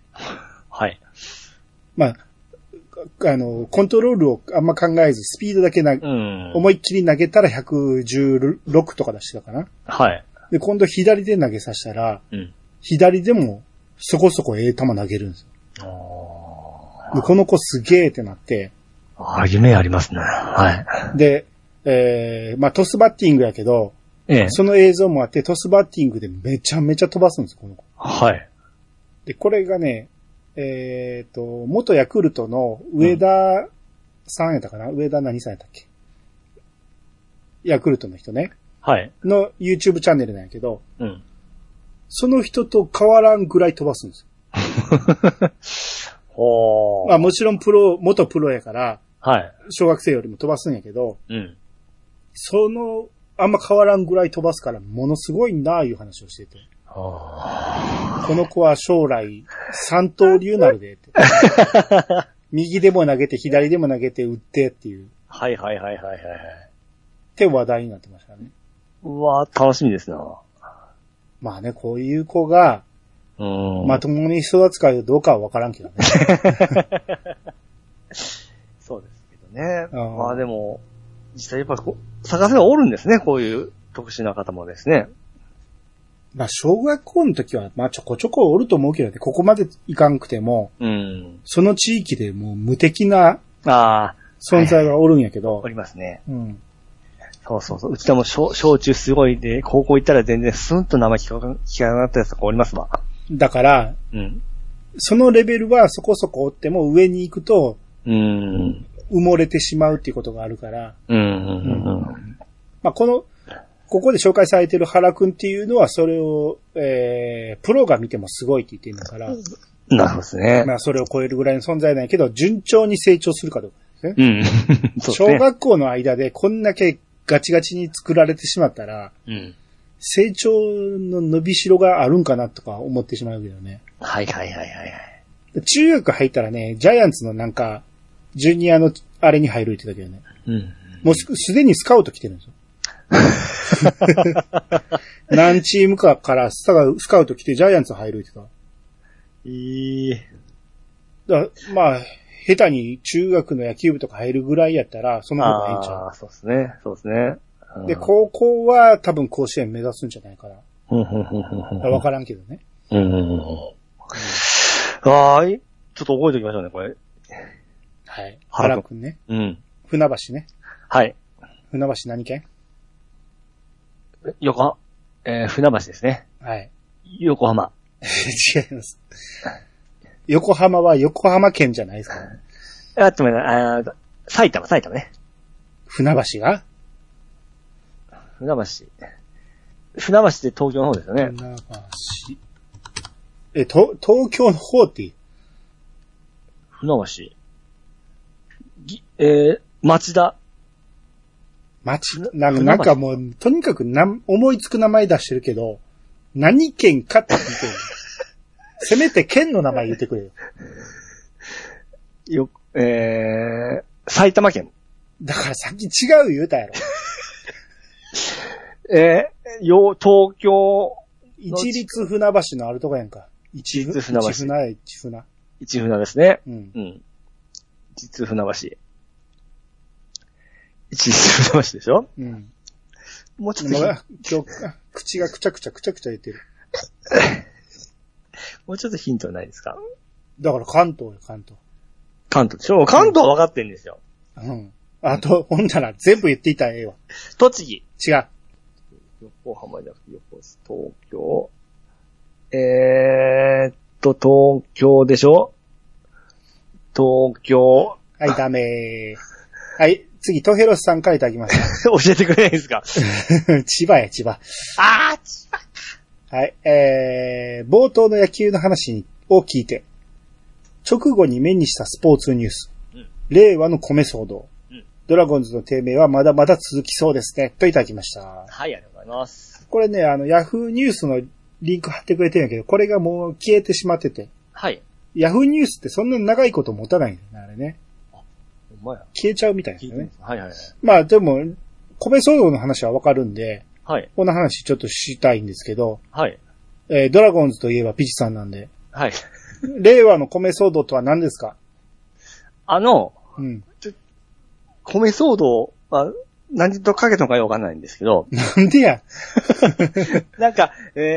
まあ、コントロールをあんま考えず、スピードだけ思いっきり投げたら116とか出してたかな。で、今度左で投げさせたら、左でもそこそこ球投げるんですよ。で、この子すげーってなって。 夢ありますね。 で、まあトスバッティングやけど、その映像もあってトスバッティングでめちゃめちゃ飛ばすんです、この子。で、これがね、元ヤクルトの上田さんやったかな、上田何さんやったっけヤクルトの人ね。 はい。 の YouTube チャンネルなんやけど、 うん。 その人と変わらんぐらい飛ばすんですよ。 ほー。 まあもちろん元プロやから、 はい。 小学生よりも飛ばすんやけど、 うん。 あんま変わらんぐらい飛ばすから、ものすごいなーいう話をしてて。この子は将来、三刀流なるでって。右でも投げて、左でも投げて、打ってっていう。 はいはいはいはいはい。 って話題になってましたね。 うわー、楽しみですな。 まあね、こういう子が、まともに育つかどうかはわからんけどね。 そうですけどね。まあでも、実際やっぱ探せばおるんですね、こういう特殊な方もですね。 まあ小学校の時は、まあちょこちょこおると思うけどね、ここまでいかんくても、その地域でもう無敵な存在がおるんやけど。 おりますね。 うん。 そうそうそう。うちでも小中すごいで、高校行ったら全然スンと名前聞かなくなったやつとかおりますわ。 だから、そのレベルはそこそこおっても上に行くと、埋もれてしまうっていうことがあるから。まあここで紹介されてる原くんっていうのはそれを、プロが見てもすごいって言ってるんだから。 なるほどですね。 まあそれを超えるぐらいの存在なんやけど、順調に成長するかどうかですね。小学校の間でこんだけガチガチに作られてしまったら、成長の伸びしろがあるんかなとか思ってしまうけどね。 はいはいはいはい。 中学入ったらね、ジャイアンツのなんか、ジュニアのあれに入るって言ってたけどね。もうすでにスカウト来てるんですよ。何チームかからスカウト来てジャイアンツ入るって言ってた。まあ、下手に中学の野球部とか入るぐらいやったら、その方がいいんちゃう。 そうですね。そうですね。 で、高校は多分甲子園目指すんじゃないかな。わからんけどね。 ちょっと覚えておきましょうね、これ。 はい。原くんね。船橋ね。 はい。 船橋何県？ 船橋ですね。 はい。 横浜。 違います。横浜は横浜県じゃないですか、ね。 埼玉ね。 船橋が船橋って東京の方ですよね。 船橋。東京の方って船橋。町田。 なんかもう、とにかく思いつく名前出してるけど、何県かって聞いてる。せめて県の名前言ってくれよ。 埼玉県。 だからさっき違う言うたやろ。 東京。 一律船橋のあるとこやんか。 一律船橋。 一船ですね。一律船橋。一律船橋でしょ？もうちょっと。 今日、口がくちゃくちゃ言ってる。 もうちょっとヒントないですか？ だから関東よ、関東。 関東でしょ？関東は分かってんですよ。 あと、ほんなら全部言っていたらええわ。 栃木。 違う。 横浜じゃなくて東京。東京でしょ？東京。 はい、ダメー。はい、次、トヘロスさん書いてあげました。 教えてくれないですか？ 千葉や、千葉。 千葉か。 はい、冒頭の野球の話を聞いて、直後に目にしたスポーツニュース。令和の米騒動。ドラゴンズの低迷はまだまだ続きそうですね。といただきました。 はい、ありがとうございます。 これね、ヤフーニュースのリンク貼ってくれてるんやけど、これがもう消えてしまってて。 はい。 ヤフーニュースってそんな長いこと持たないんだよね、あれね。消えちゃうみたいですよね。 はいはい。 まあでも、米騒動の話はわかるんで、 はい。 この話ちょっとしたいんですけど、 はい。 ドラゴンズといえばピチさんなんで、 はい。 令和の米騒動とは何ですか？ 米騒動は何とかけたのかわかんないんですけど。 なんでやなんか、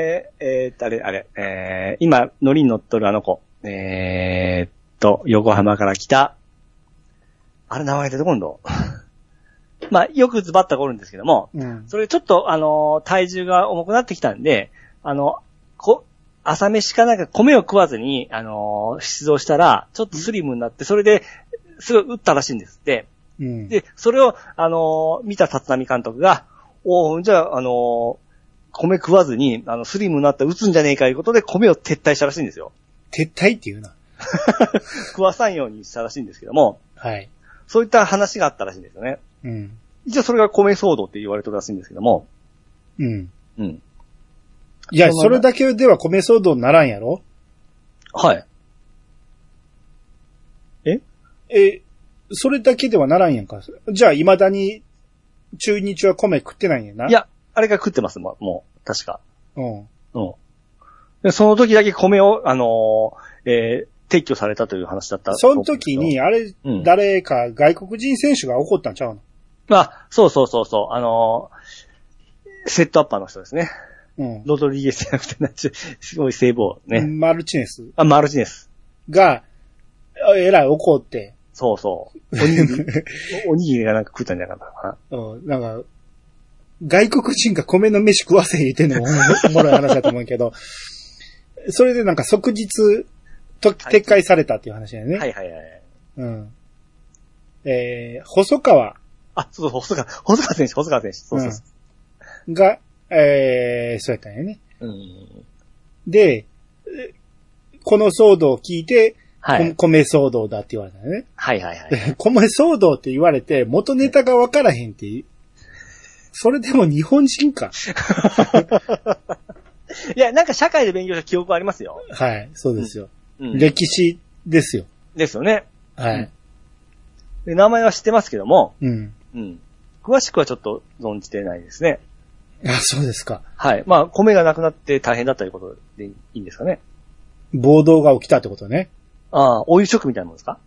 今、乗りに乗っとるあの子。横浜から来た。あれ名前出てこんのまあ、よくズバッとおるんですけども、それちょっと、体重が重くなってきたんで、朝飯かなんか米を食わずに、出動したら、ちょっとスリムになって、それで、すごい打ったらしいんですって。 うん。 で、それを、見た立浪監督が、じゃあ、米食わずに、スリムになったら打つんじゃねえかいうことで、米を撤退したらしいんですよ。 撤退っていうな。 食わさんようにしたらしいんですけども、 はい。 そういった話があったらしいんですよね。 うん。 一応それが米騒動って言われてるらしいんですけども、 うん。 うん。 いや、それだけでは米騒動にならんやろ？ はい。 それだけではならんやんか。じゃあ、未だに、中日は米食ってないんやな。 いや、あれが食ってます、もう、確か。 うん。 うん。で、その時だけ米を、撤去されたという話だった。 その時に、あれ、 うん、 誰か外国人選手が怒ったんちゃうの？ そう。セットアッパーの人ですね。 うん。 ロドリゲスじゃなくて、すごいセーブをね。 マルチネス。 マルチネス。 が、えらい怒って。 そう。おにぎりがなんか食ったんじゃなかったかな。うん。なんか、外国人が米の飯食わせ言ってんのもおもろい話だと思うけど、それでなんか即日撤回されたっていう話だよね。 はい。 うん。細川。 そう、細川選手。そう。 が、そうやったんやね。 うん。 で、この騒動を聞いて、 はい、 米騒動だって言われたよね。 はい。 米騒動って言われて、元ネタがわからへんって、それでも日本人か。 いや、なんか社会で勉強した記憶はありますよ。 はい、そうですよ。 うん、 歴史ですよ。 ですよね。 はい。 で、名前は知ってますけども、 うん。 詳しくはちょっと存じてないですね。 そうですか。 はい。まあ、米がなくなって大変だったということでいいんですかね。 暴動が起きたってことね。 オイルショックみたいなもんですか？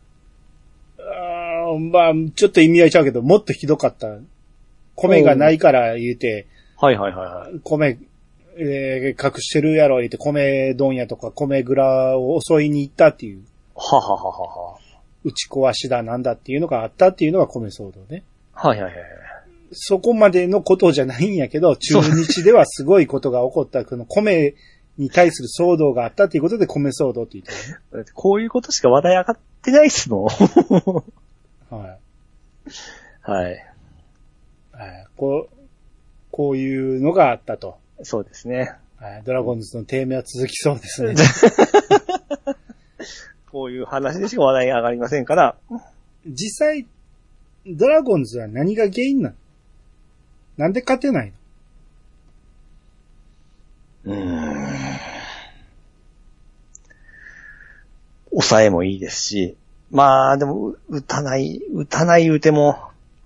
まあ、ちょっと意味合いちゃうけど、もっとひどかった。米がないから言うて、 はい。 米、隠してるやろ言うて、米問屋とか米蔵を襲いに行ったっていう。 は。 打ち壊しだなんだっていうのがあったっていうのが米騒動ね。 はい。 そこまでのことじゃないんやけど、中日ではすごいことが起こった、この米に対する騒動があったっていうことで米騒動って言ってるね。 こういうことしか話題上がってないっすもん。 はい。こういうのがあったと。 そうですね。 はい。ドラゴンズの低迷は続きそうですね。 こういう話でしか話題上がりませんから。 実際、ドラゴンズは何が原因なの？なんで勝てないの？ 抑えもいいですし、まあでも打たない言うても、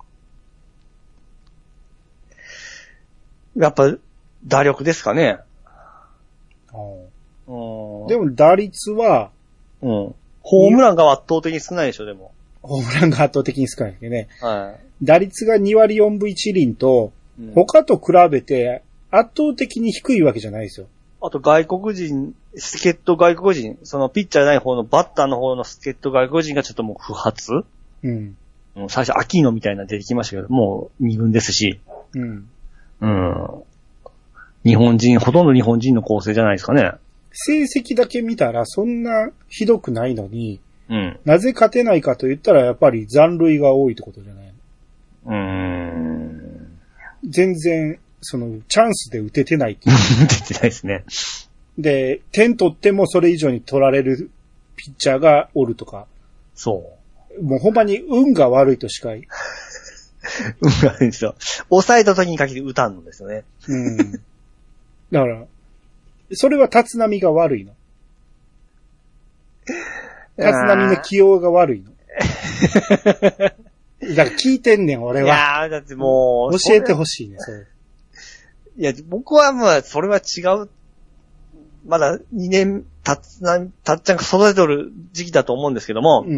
やっぱ打力ですかね。 でも打率は、 ホームランが圧倒的に少ないでしょ、でも。 ホームランが圧倒的に少ないけどね。 はい。 打率が2割4分1厘と、他と比べて圧倒的に低いわけじゃないですよ。 あと外国人、助っ人外国人、そのピッチャーない方のバッターの方の助っ人外国人がちょっともう不発？最初アキーノみたいな出てきましたけど、もう2軍ですし。日本人、ほとんど日本人の構成じゃないですかね。 成績だけ見たらそんなひどくないのに、なぜ勝てないかと言ったらやっぱり残塁が多いってことじゃない？全然、チャンスで打ててないっていう。 打ててないですね。 で、点取ってもそれ以上に取られるピッチャーがおるとか。 そう。 もうほんまに運が悪いとしか。運が悪いんですよ。抑えた時に限り打たんのですよね。 だから、それは立浪が悪いの。立浪の起用が悪いの。だから聞いてんねん、俺は。 いやだってもう。 教えてほしいね、それ。 いや、僕はまあ、それは違う。まだ2年、たっちゃんが育てとる時期だと思うんですけども。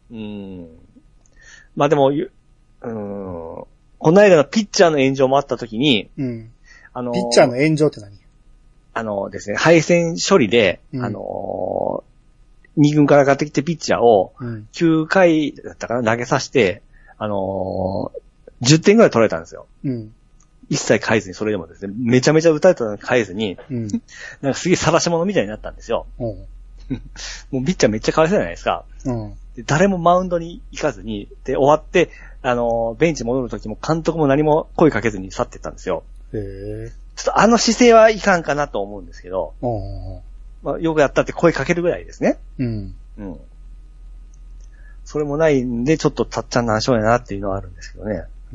まあでも、この間のピッチャーの炎上もあった時に、ピッチャーの炎上って何？ ですね、敗戦処理で、2軍から上がってきてピッチャーを、9回だったかな、投げさせて、10点ぐらい取られたんですよ。一切返ずに、それでもですね、めちゃめちゃ打たれたのに返ずに、なんかすげえ晒し物みたいになったんですよ。もうピッチャーめっちゃかわいそうじゃないですか。 で誰もマウンドに行かずに、で、終わって、ベンチ戻る時も監督も何も声かけずに去ってったんですよ。 へえ。 ちょっと姿勢はいかんかなと思うんですけど、まあ、よくやったって声かけるぐらいですね。 うん。 うん。それもないんで、ちょっとたっちゃんな話やなっていうのはあるんですけどね。うん。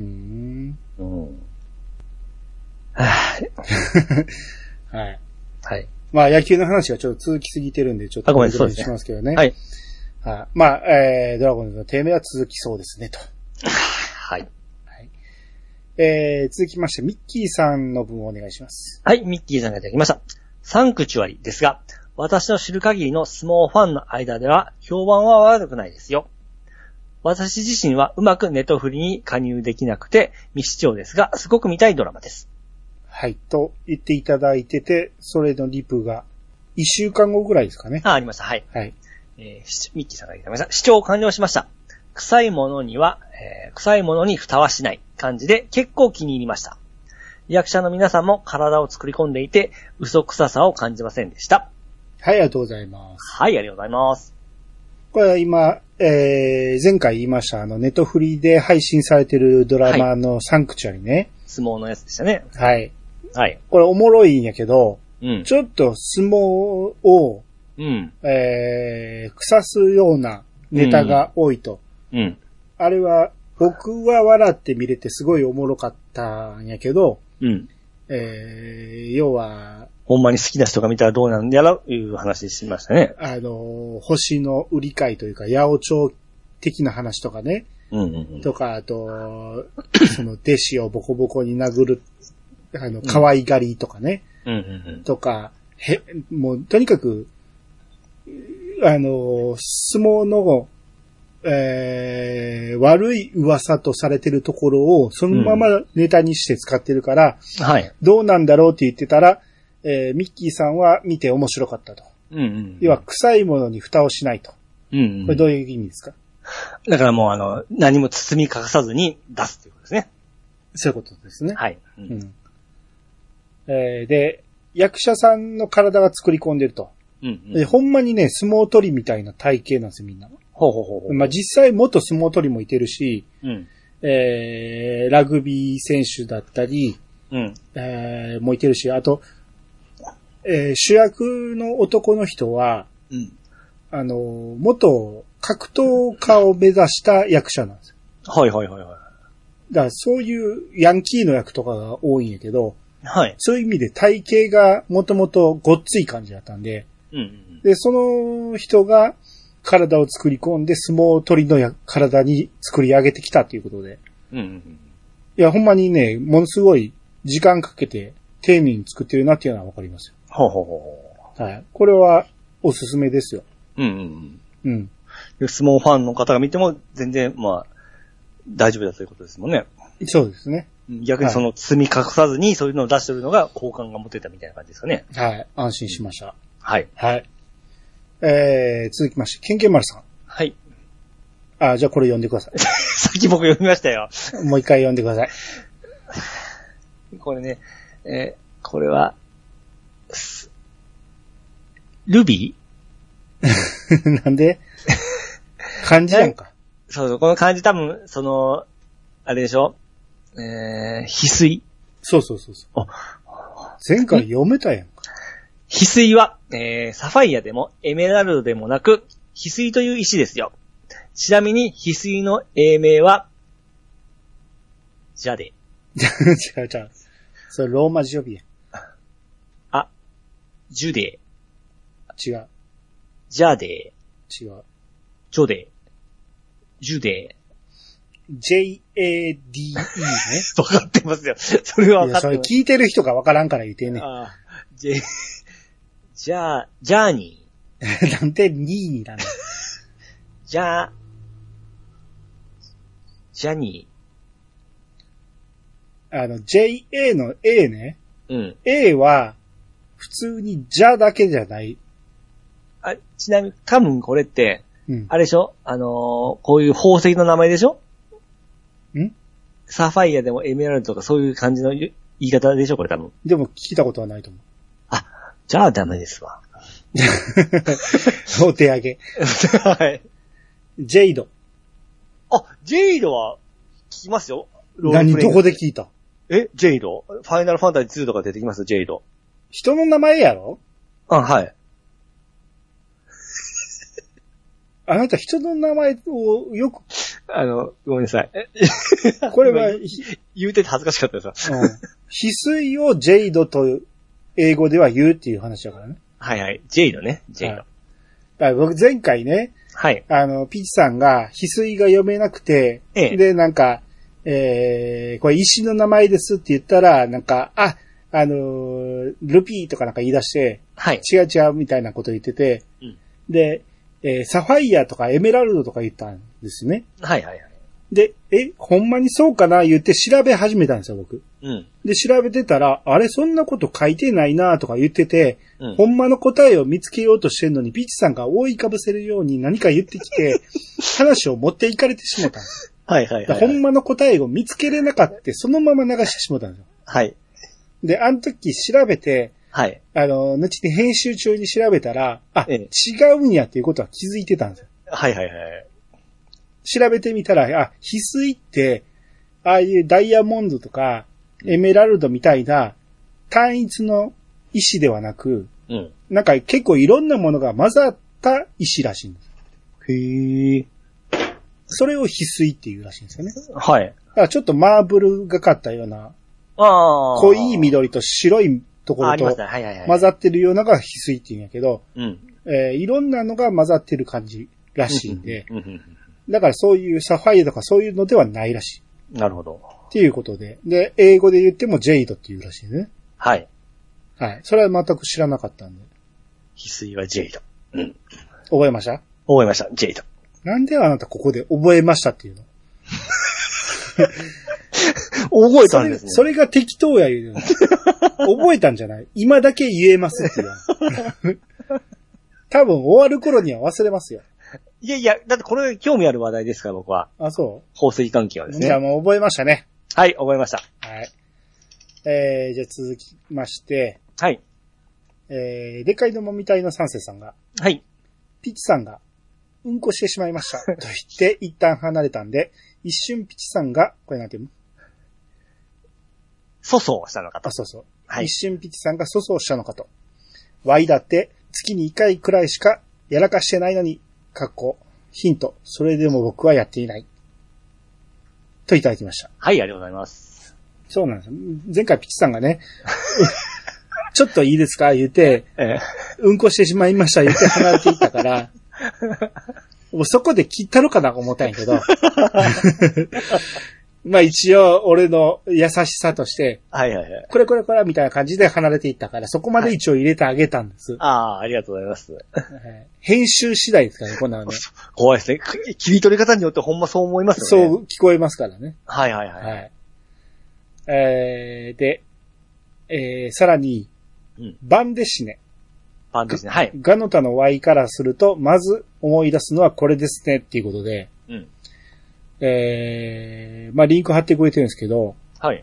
はい。 はい。 まあ野球の話がちょっと続きすぎてるんで、ちょっとごめんなさいしますけどね。 はい。 まあ、ドラゴンズの低迷は続きそうですね、と。 はい。 はい。続きまして、ミッキーさんの分をお願いします。 はい、ミッキーさんがいただきました。サンクチュアリですが、私の知る限りの相撲ファンの間では、評判は悪くないですよ。私自身はうまくネトフリに加入できなくて未視聴ですが、すごく見たいドラマです。 はい、と言っていただいてて、それのリプが1週間後ぐらいですかね。 ありました。はい。 はい。 ミッキーさんが言ってました。視聴完了しました。臭いものに蓋はしない感じで結構気に入りました。役者の皆さんも体を作り込んでいて、嘘臭さを感じませんでした。 はい、ありがとうございます。 はい、ありがとうございます。 これは今、前回言いました、ネットフリで配信されてるドラマのサンクチュアリね。 相撲のやつでしたね。 はい。 はい。 これおもろいんやけど、 うん、 ちょっと相撲を、 うん、 腐すようなネタが多いと。 うん。 あれは、僕は笑って見れてすごいおもろかったんやけど、 うん。 要は、 ほんまに好きな人が見たらどうなんやろいう話しましたね。 星の売り買いというか、八百長的な話とかね。 うんうんうん、 とか、あと、その弟子をボコボコに殴る、可愛がりとかね。 うんうんうん、 とか、もう、とにかく、相撲の、悪い噂とされてるところをそのままネタにして使ってるから、 はい。 どうなんだろうって言ってたら、ミッキーさんは見て面白かったと。 うんうん、 要は臭いものに蓋をしないと。 うんうん、 これどういう意味ですか？ だからもう何も包み隠さずに出すということですね。 そういうことですね。 はい。 で、役者さんの体が作り込んでると。でほんまにね、相撲取りみたいな体型なんですよ、みんな。まあ、実際元相撲取りもいてるし、ラグビー選手だったり、もいてるし、あと、主役の男の人は、元格闘家を目指した役者なんですよ。 はいはいはいはい。 だからそういうヤンキーの役とかが多いんやけど、 はい。 そういう意味で体型がもともとごっつい感じだったんで、で、その人が体を作り込んで相撲取りの体に作り上げてきたっていうことで。いや、ほんまにね、ものすごい時間かけて丁寧に作ってるなっていうのはわかりますよ。はい。これはおすすめですよ。 相撲ファンの方が見ても全然、まあ、大丈夫だということですもんね。 そうですね。 逆にその包み隠さずにそういうのを出してるのが好感が持てたみたいな感じですかね。 はい。安心しました。 はい。 はい。続きまして、ケンケン丸さん。 はい。 じゃあこれ読んでください。 さっき僕読みましたよ。 もう一回読んでください。 これね、これは、ルビーなんで漢字やんか。 そうそう、この漢字多分、あれでしょ翡翠。 そう。前回読めたやんか。 翡翠は、サファイアでもエメラルドでもなく、翡翠という石ですよ。ちなみに、翡翠の英名は、ジャデ。 違う。それローマ字呼びや。 ジュデ。 違う。 ジャデ。 違う。 ジョデ。ジュデ。 J-A-D-E ね。 わかってますよ。それはわかってます。 それ聞いてる人がわからんから言ってね。 ジャーニー。なんで2位になるの？ ジャニー。J-A の A ね。A は、普通にジャだけじゃない。 ちなみに、多分これって、あれでしょこういう宝石の名前でしょサファイアでもエメラルドとかそういう感じの言い方でしょこれ多分。 でも聞いたことはないと思う。 じゃあダメですわ。 お手上げ。 はい。 ジェイド。 あ、ジェイドは聞きますよ。 何、どこで聞いた？ ジェイド？ファイナルファンタジー2とか出てきます、ジェイド。 人の名前やろ？ はい。 あなた人の名前をよく。 ごめんなさい。 これは、 言うてて恥ずかしかったですわ。 翡翠をジェイドと英語では言うっていう話だからね。 はいはい。ジェイドね。ジェイド。 だから僕前回ね、 はい。 ピチさんが翡翠が読めなくて、で、なんか、これ石の名前ですって言ったら、なんか、ルピーとかなんか言い出して、 はい。 違う違うみたいなこと言ってて、うん、で、サファイアとかエメラルドとか言ったんですね。 はいはいはい。 で、ほんまにそうかな言って調べ始めたんですよ、僕。うん。で、調べてたら、あれ、そんなこと書いてないなとか言ってて、うん、ほんまの答えを見つけようとしてるのに、ピッチさんが覆いかぶせるように何か言ってきて、話を持っていかれてしまったんですよ。 はいはいはい、はい。 ほんまの答えを見つけれなかった、そのまま流してしまったんですよ。 はい。 で、あの時調べて、 はい。 後に編集中に調べたら、違うんやっていうことは気づいてたんですよ。 はいはいはい。 調べてみたら、翡翠って、ああいうダイヤモンドとか、エメラルドみたいな単一の石ではなく、うん、なんか結構いろんなものが混ざった石らしいんです。 へえ。 それを翡翠っていうらしいんですよね。 はい。 だからちょっとマーブルがかったような、濃い緑と白いところと混ざってるようなのが翡翠っていうんやけど、うんいろんなのが混ざってる感じらしいんで、だからそういうサファイアとかそういうのではないらしい。なるほど。 っていうことで。で、英語で言ってもジェイドっていうらしいね。 はい。 はい。それは全く知らなかったんで。 翡翠はジェイド。うん。 覚えました？ 覚えました。ジェイド。 なんであなたここで覚えましたっていうの？ 覚えたんですね。 それが適当や言うの。覚えたんじゃない？今だけ言えますって言う。多分終わる頃には忘れますよ。 いやいや、だってこれ興味ある話題ですから、僕は。 あ、そう？ 宝石関係はですね。 じゃあもう覚えましたね。 はい、覚えました。 はい。じゃあ続きまして。 はい。 でかいのもみたいの三世さんが。 はい。 ピチさんが、うんこしてしまいました。と言って一旦離れたんで、一瞬ピチさんが、これなんていうの？ 粗相したのかと。 あ、そうそう。 はい。 一瞬ピチさんが粗相したのかと。ワイだって月に1回くらいしかやらかしてないのに、ヒント。それでも僕はやっていない。といただきました。 はい、ありがとうございます。そうなんです。前回ピチさんがね、ちょっといいですか言って、うんこしてしまいました言って離れていったから、もうそこで切ったのかなと思ったんやけど、まあ一応俺の優しさとして、 はいはいはい。 これみたいな感じで離れていったから、そこまで一応入れてあげたんです。 ああ、ありがとうございます。 編集次第ですからね、こんなのね。 怖いですね。切り取り方によってほんまそう思いますよね。 そう聞こえますからね。 はいはいはい。はい、 で、さらに、バンデシネ。 バンデシネ、はい。 ガノタの Y からすると、まず思い出すのはこれですねっていうことで、うん。まあ、リンク貼ってくれてるんですけど、 はい。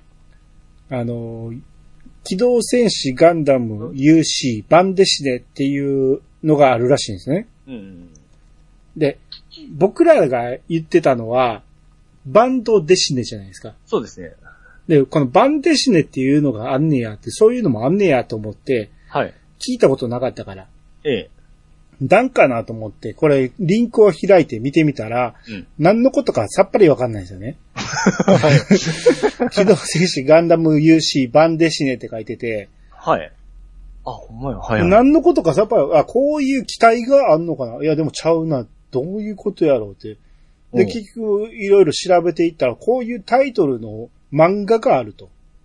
機動戦士ガンダム UC バンデシネっていうのがあるらしいんですね。うん。で、僕らが言ってたのは、バンドデシネじゃないですか。 そうですね。 で、このバンデシネっていうのがあんねやって、そういうのもあんねやと思って、 はい。 聞いたことなかったから。 ええ。 なんかなと思って、これ、リンクを開いて見てみたら、うん、何のことかさっぱりわかんないですよね。はい。機動戦士ガンダム UC バンデシネって書いてて、 はい。あ、ほんまや、はい。 何のことかさっぱり、こういう期待があんのかな。いや、でもちゃうな。どういうことやろうって。で、結局、いろいろ調べていったら、こういうタイトルの漫画があると。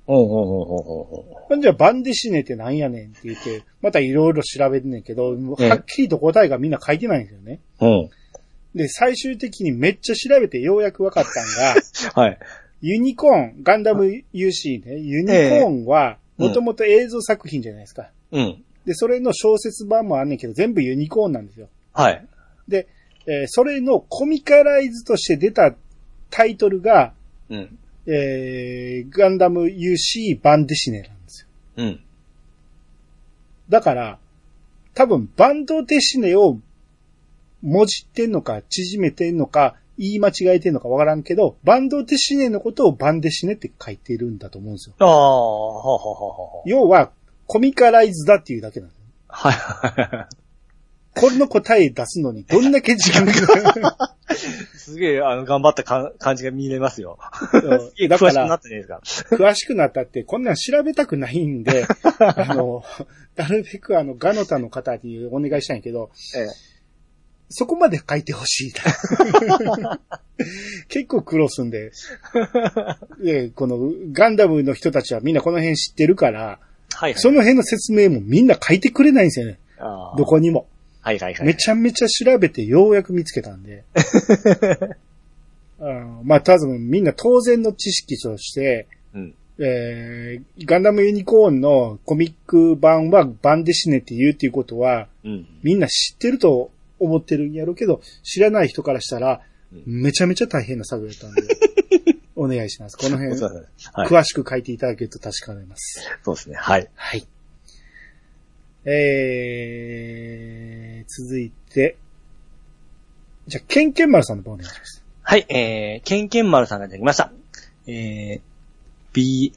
じゃあ、バンデシネってなんやねんって言って、またいろいろ調べてんねんけど、はっきりと答えがみんな書いてないんですよね。うん。で、最終的にめっちゃ調べてようやく分かったんが、はい。ユニコーン、ガンダム UC ね、ユニコーンは、もともと映像作品じゃないですか。うん。で、それの小説版もあんねんけど、全部ユニコーンなんですよ。 はい。 で、それのコミカライズとして出たタイトルが、うん。ガンダム UC バンデシネなんですよ。うん。だから、多分バンドデシネをもじってんのか、縮めてんのか、言い間違えてんのかわからんけど、バンドデシネのことをバンデシネって書いてるんだと思うんですよ。 ああ、はははは。 要は、コミカライズだっていうだけなんです。 はい。 これの答え出すのにどんだけ時間がすげえ、頑張った感じが見れますよ。 だから、 詳しくなったじゃないですか。 詳しくなったって、こんなん調べたくないんで、なるべくガノタの方にお願いしたいんやけど、そこまで書いてほしい。結構苦労すんで、このガンダムの人たちはみんなこの辺知ってるから、 はいはい、その辺の説明もみんな書いてくれないんですよね。どこにも。 はいはいはい。 めちゃめちゃ調べてようやく見つけたんで。まあ、多分みんな当然の知識として、ガンダムユニコーンのコミック版はバンデシネって言うっていうことは、みんな知ってると思ってるんやろうけど、知らない人からしたら、めちゃめちゃ大変な作業だったんで、お願いします。この辺、詳しく書いていただけると助かります。 そうですね。はい。 はい。続いて、じゃあ、ケンケンマルさんの方お願いします。 はい、ケンケンマルさんがいただきました。ビ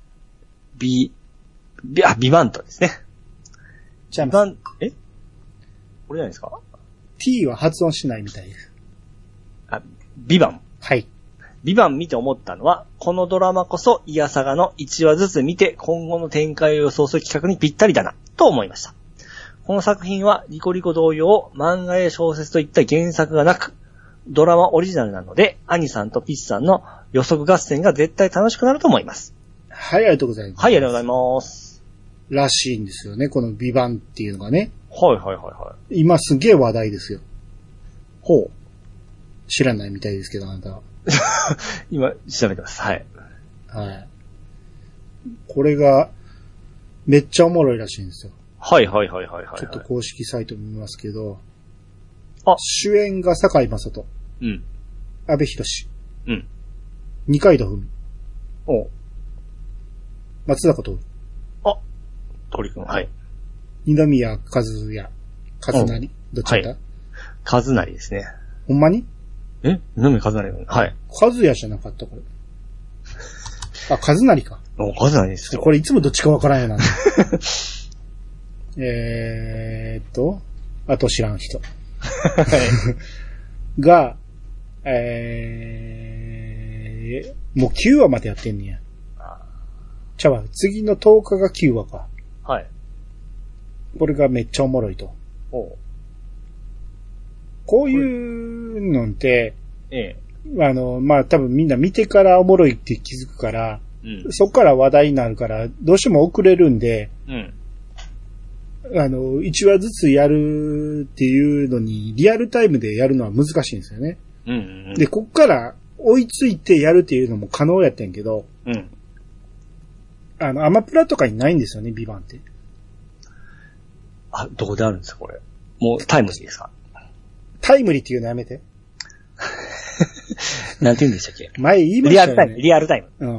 バントですね。 じゃあ、 これじゃないですか？ T は発音しないみたいです。 ビバン。 はい。 ビバン見て思ったのは、このドラマこそイヤサガの1話ずつ見て今後の展開を予想する企画にぴったりだな、と思いました。この作品はリコリコ同様、漫画や小説といった原作がなく、ドラマオリジナルなので、アニさんとピッチさんの予測合戦が絶対楽しくなると思います。 はい、ありがとうございます。 はい、ありがとうございます。 らしいんですよね、このビバンっていうのがね。 はいはいはいはい。 今すげえ話題ですよ。 ほう。 知らないみたいですけど、あなたは。 今、調べてます。はい。 はい。これが、めっちゃおもろいらしいんですよ。 はいはいはいはいはい。 ちょっと公式サイト見ますけど、 あ、 主演が堺雅人。 うん。 阿部寛。 うん。 二階堂ふみ。 お松坂桃李。 あ、鳥くん、はい。 二宮和也。和成。どっちだった？ はい。和成ですね。 ほんまに？ 二宮和成。はい。 和也じゃなかったこれ。あ、和成か。 和成ですよ。 これいつもどっちかわからんよな。あと知らん人。が、もう9話までやってんねや。ちゃうわ、次の10日が9話か。 はい。 これがめっちゃおもろいと。こういうのって、まあ、多分みんな見てからおもろいって気づくから、そっから話題になるから、どうしても遅れるんで、1話ずつやるっていうのに、リアルタイムでやるのは難しいんですよね。で、こっから追いついてやるっていうのも可能やってんけど、アマプラとかにないんですよね、ビバンって。 どこであるんですか、これ。もうタイムリーですか？ タイムリーっていうのやめて。 なんて言うんでしたっけ？ 前言いましたよね。 リアルタイム。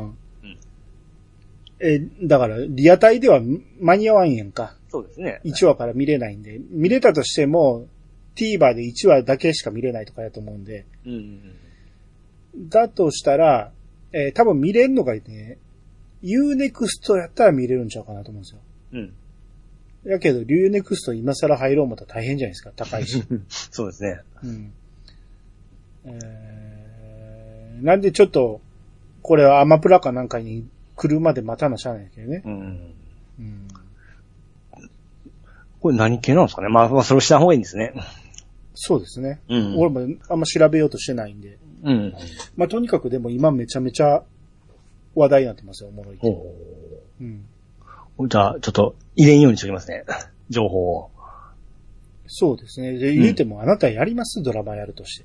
だから、リアタイでは間に合わんやんか。 そうですね。 1話から見れないんで、見れたとしても、TVer で1話だけしか見れないとかやと思うんで。だとしたら、多分見れるのがね、Unext やったら見れるんちゃうかなと思うんですよ。やけど、Unext 今更入ろう思ったら大変じゃないですか、高いし。 そうですね。 なんでちょっと、これはアマプラかなんかに来るまで待たなしゃあないけどね。 これ何系なんですかね？まあ、それをした方がいいんですね。 そうですね。俺もあんま調べようとしてないんで。まあ、とにかくでも今めちゃめちゃ話題になってますよ、おもろい。 じゃあ、ちょっと入れんようにしておきますね。情報を。 そうですね。で、言うてもあなたやります？ドラマやるとして。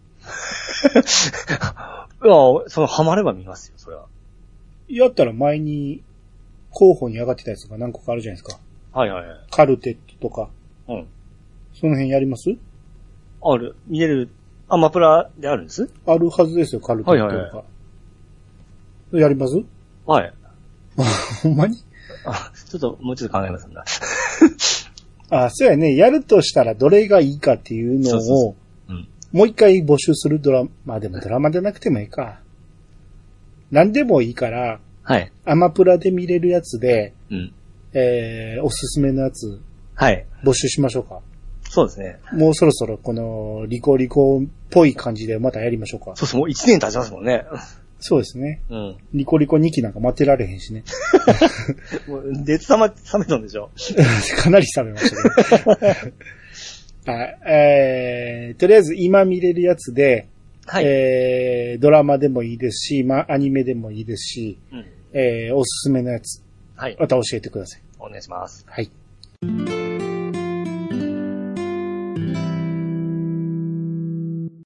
ハマれば見ますよ、それは。やったら前に候補に上がってたやつが何個かあるじゃないですか。 はいはいはい。 カルテットとか。その辺やります？ ある。見れる。アマプラであるんです？ あるはずですよ、カルテットとか。やります？ はい。 ほんまに？ ちょっと、もうちょっと考えますんだ。 あ、そうやね。やるとしたらどれがいいかっていうのを、もう一回募集するドラマ、でもドラマでなくてもいいか。何でもいいから、 はい。 アマプラで見れるやつで、 うん。 おすすめのやつ、 はい。 募集しましょうか。 そうですね。 もうそろそろこのリコリコっぽい感じでまたやりましょうか。 そうそう、もう1年経ちますもんね。 そうですね。 うん。 リコリコ2期なんか待ってられへんしね。 もう熱冷めたんでしょ。 かなり冷めましたけど。はい、とりあえず今見れるやつで、はい、ドラマでもいいですし、アニメでもいいですし、おすすめのやつ、はい、また教えてください。 お願いします。 はい。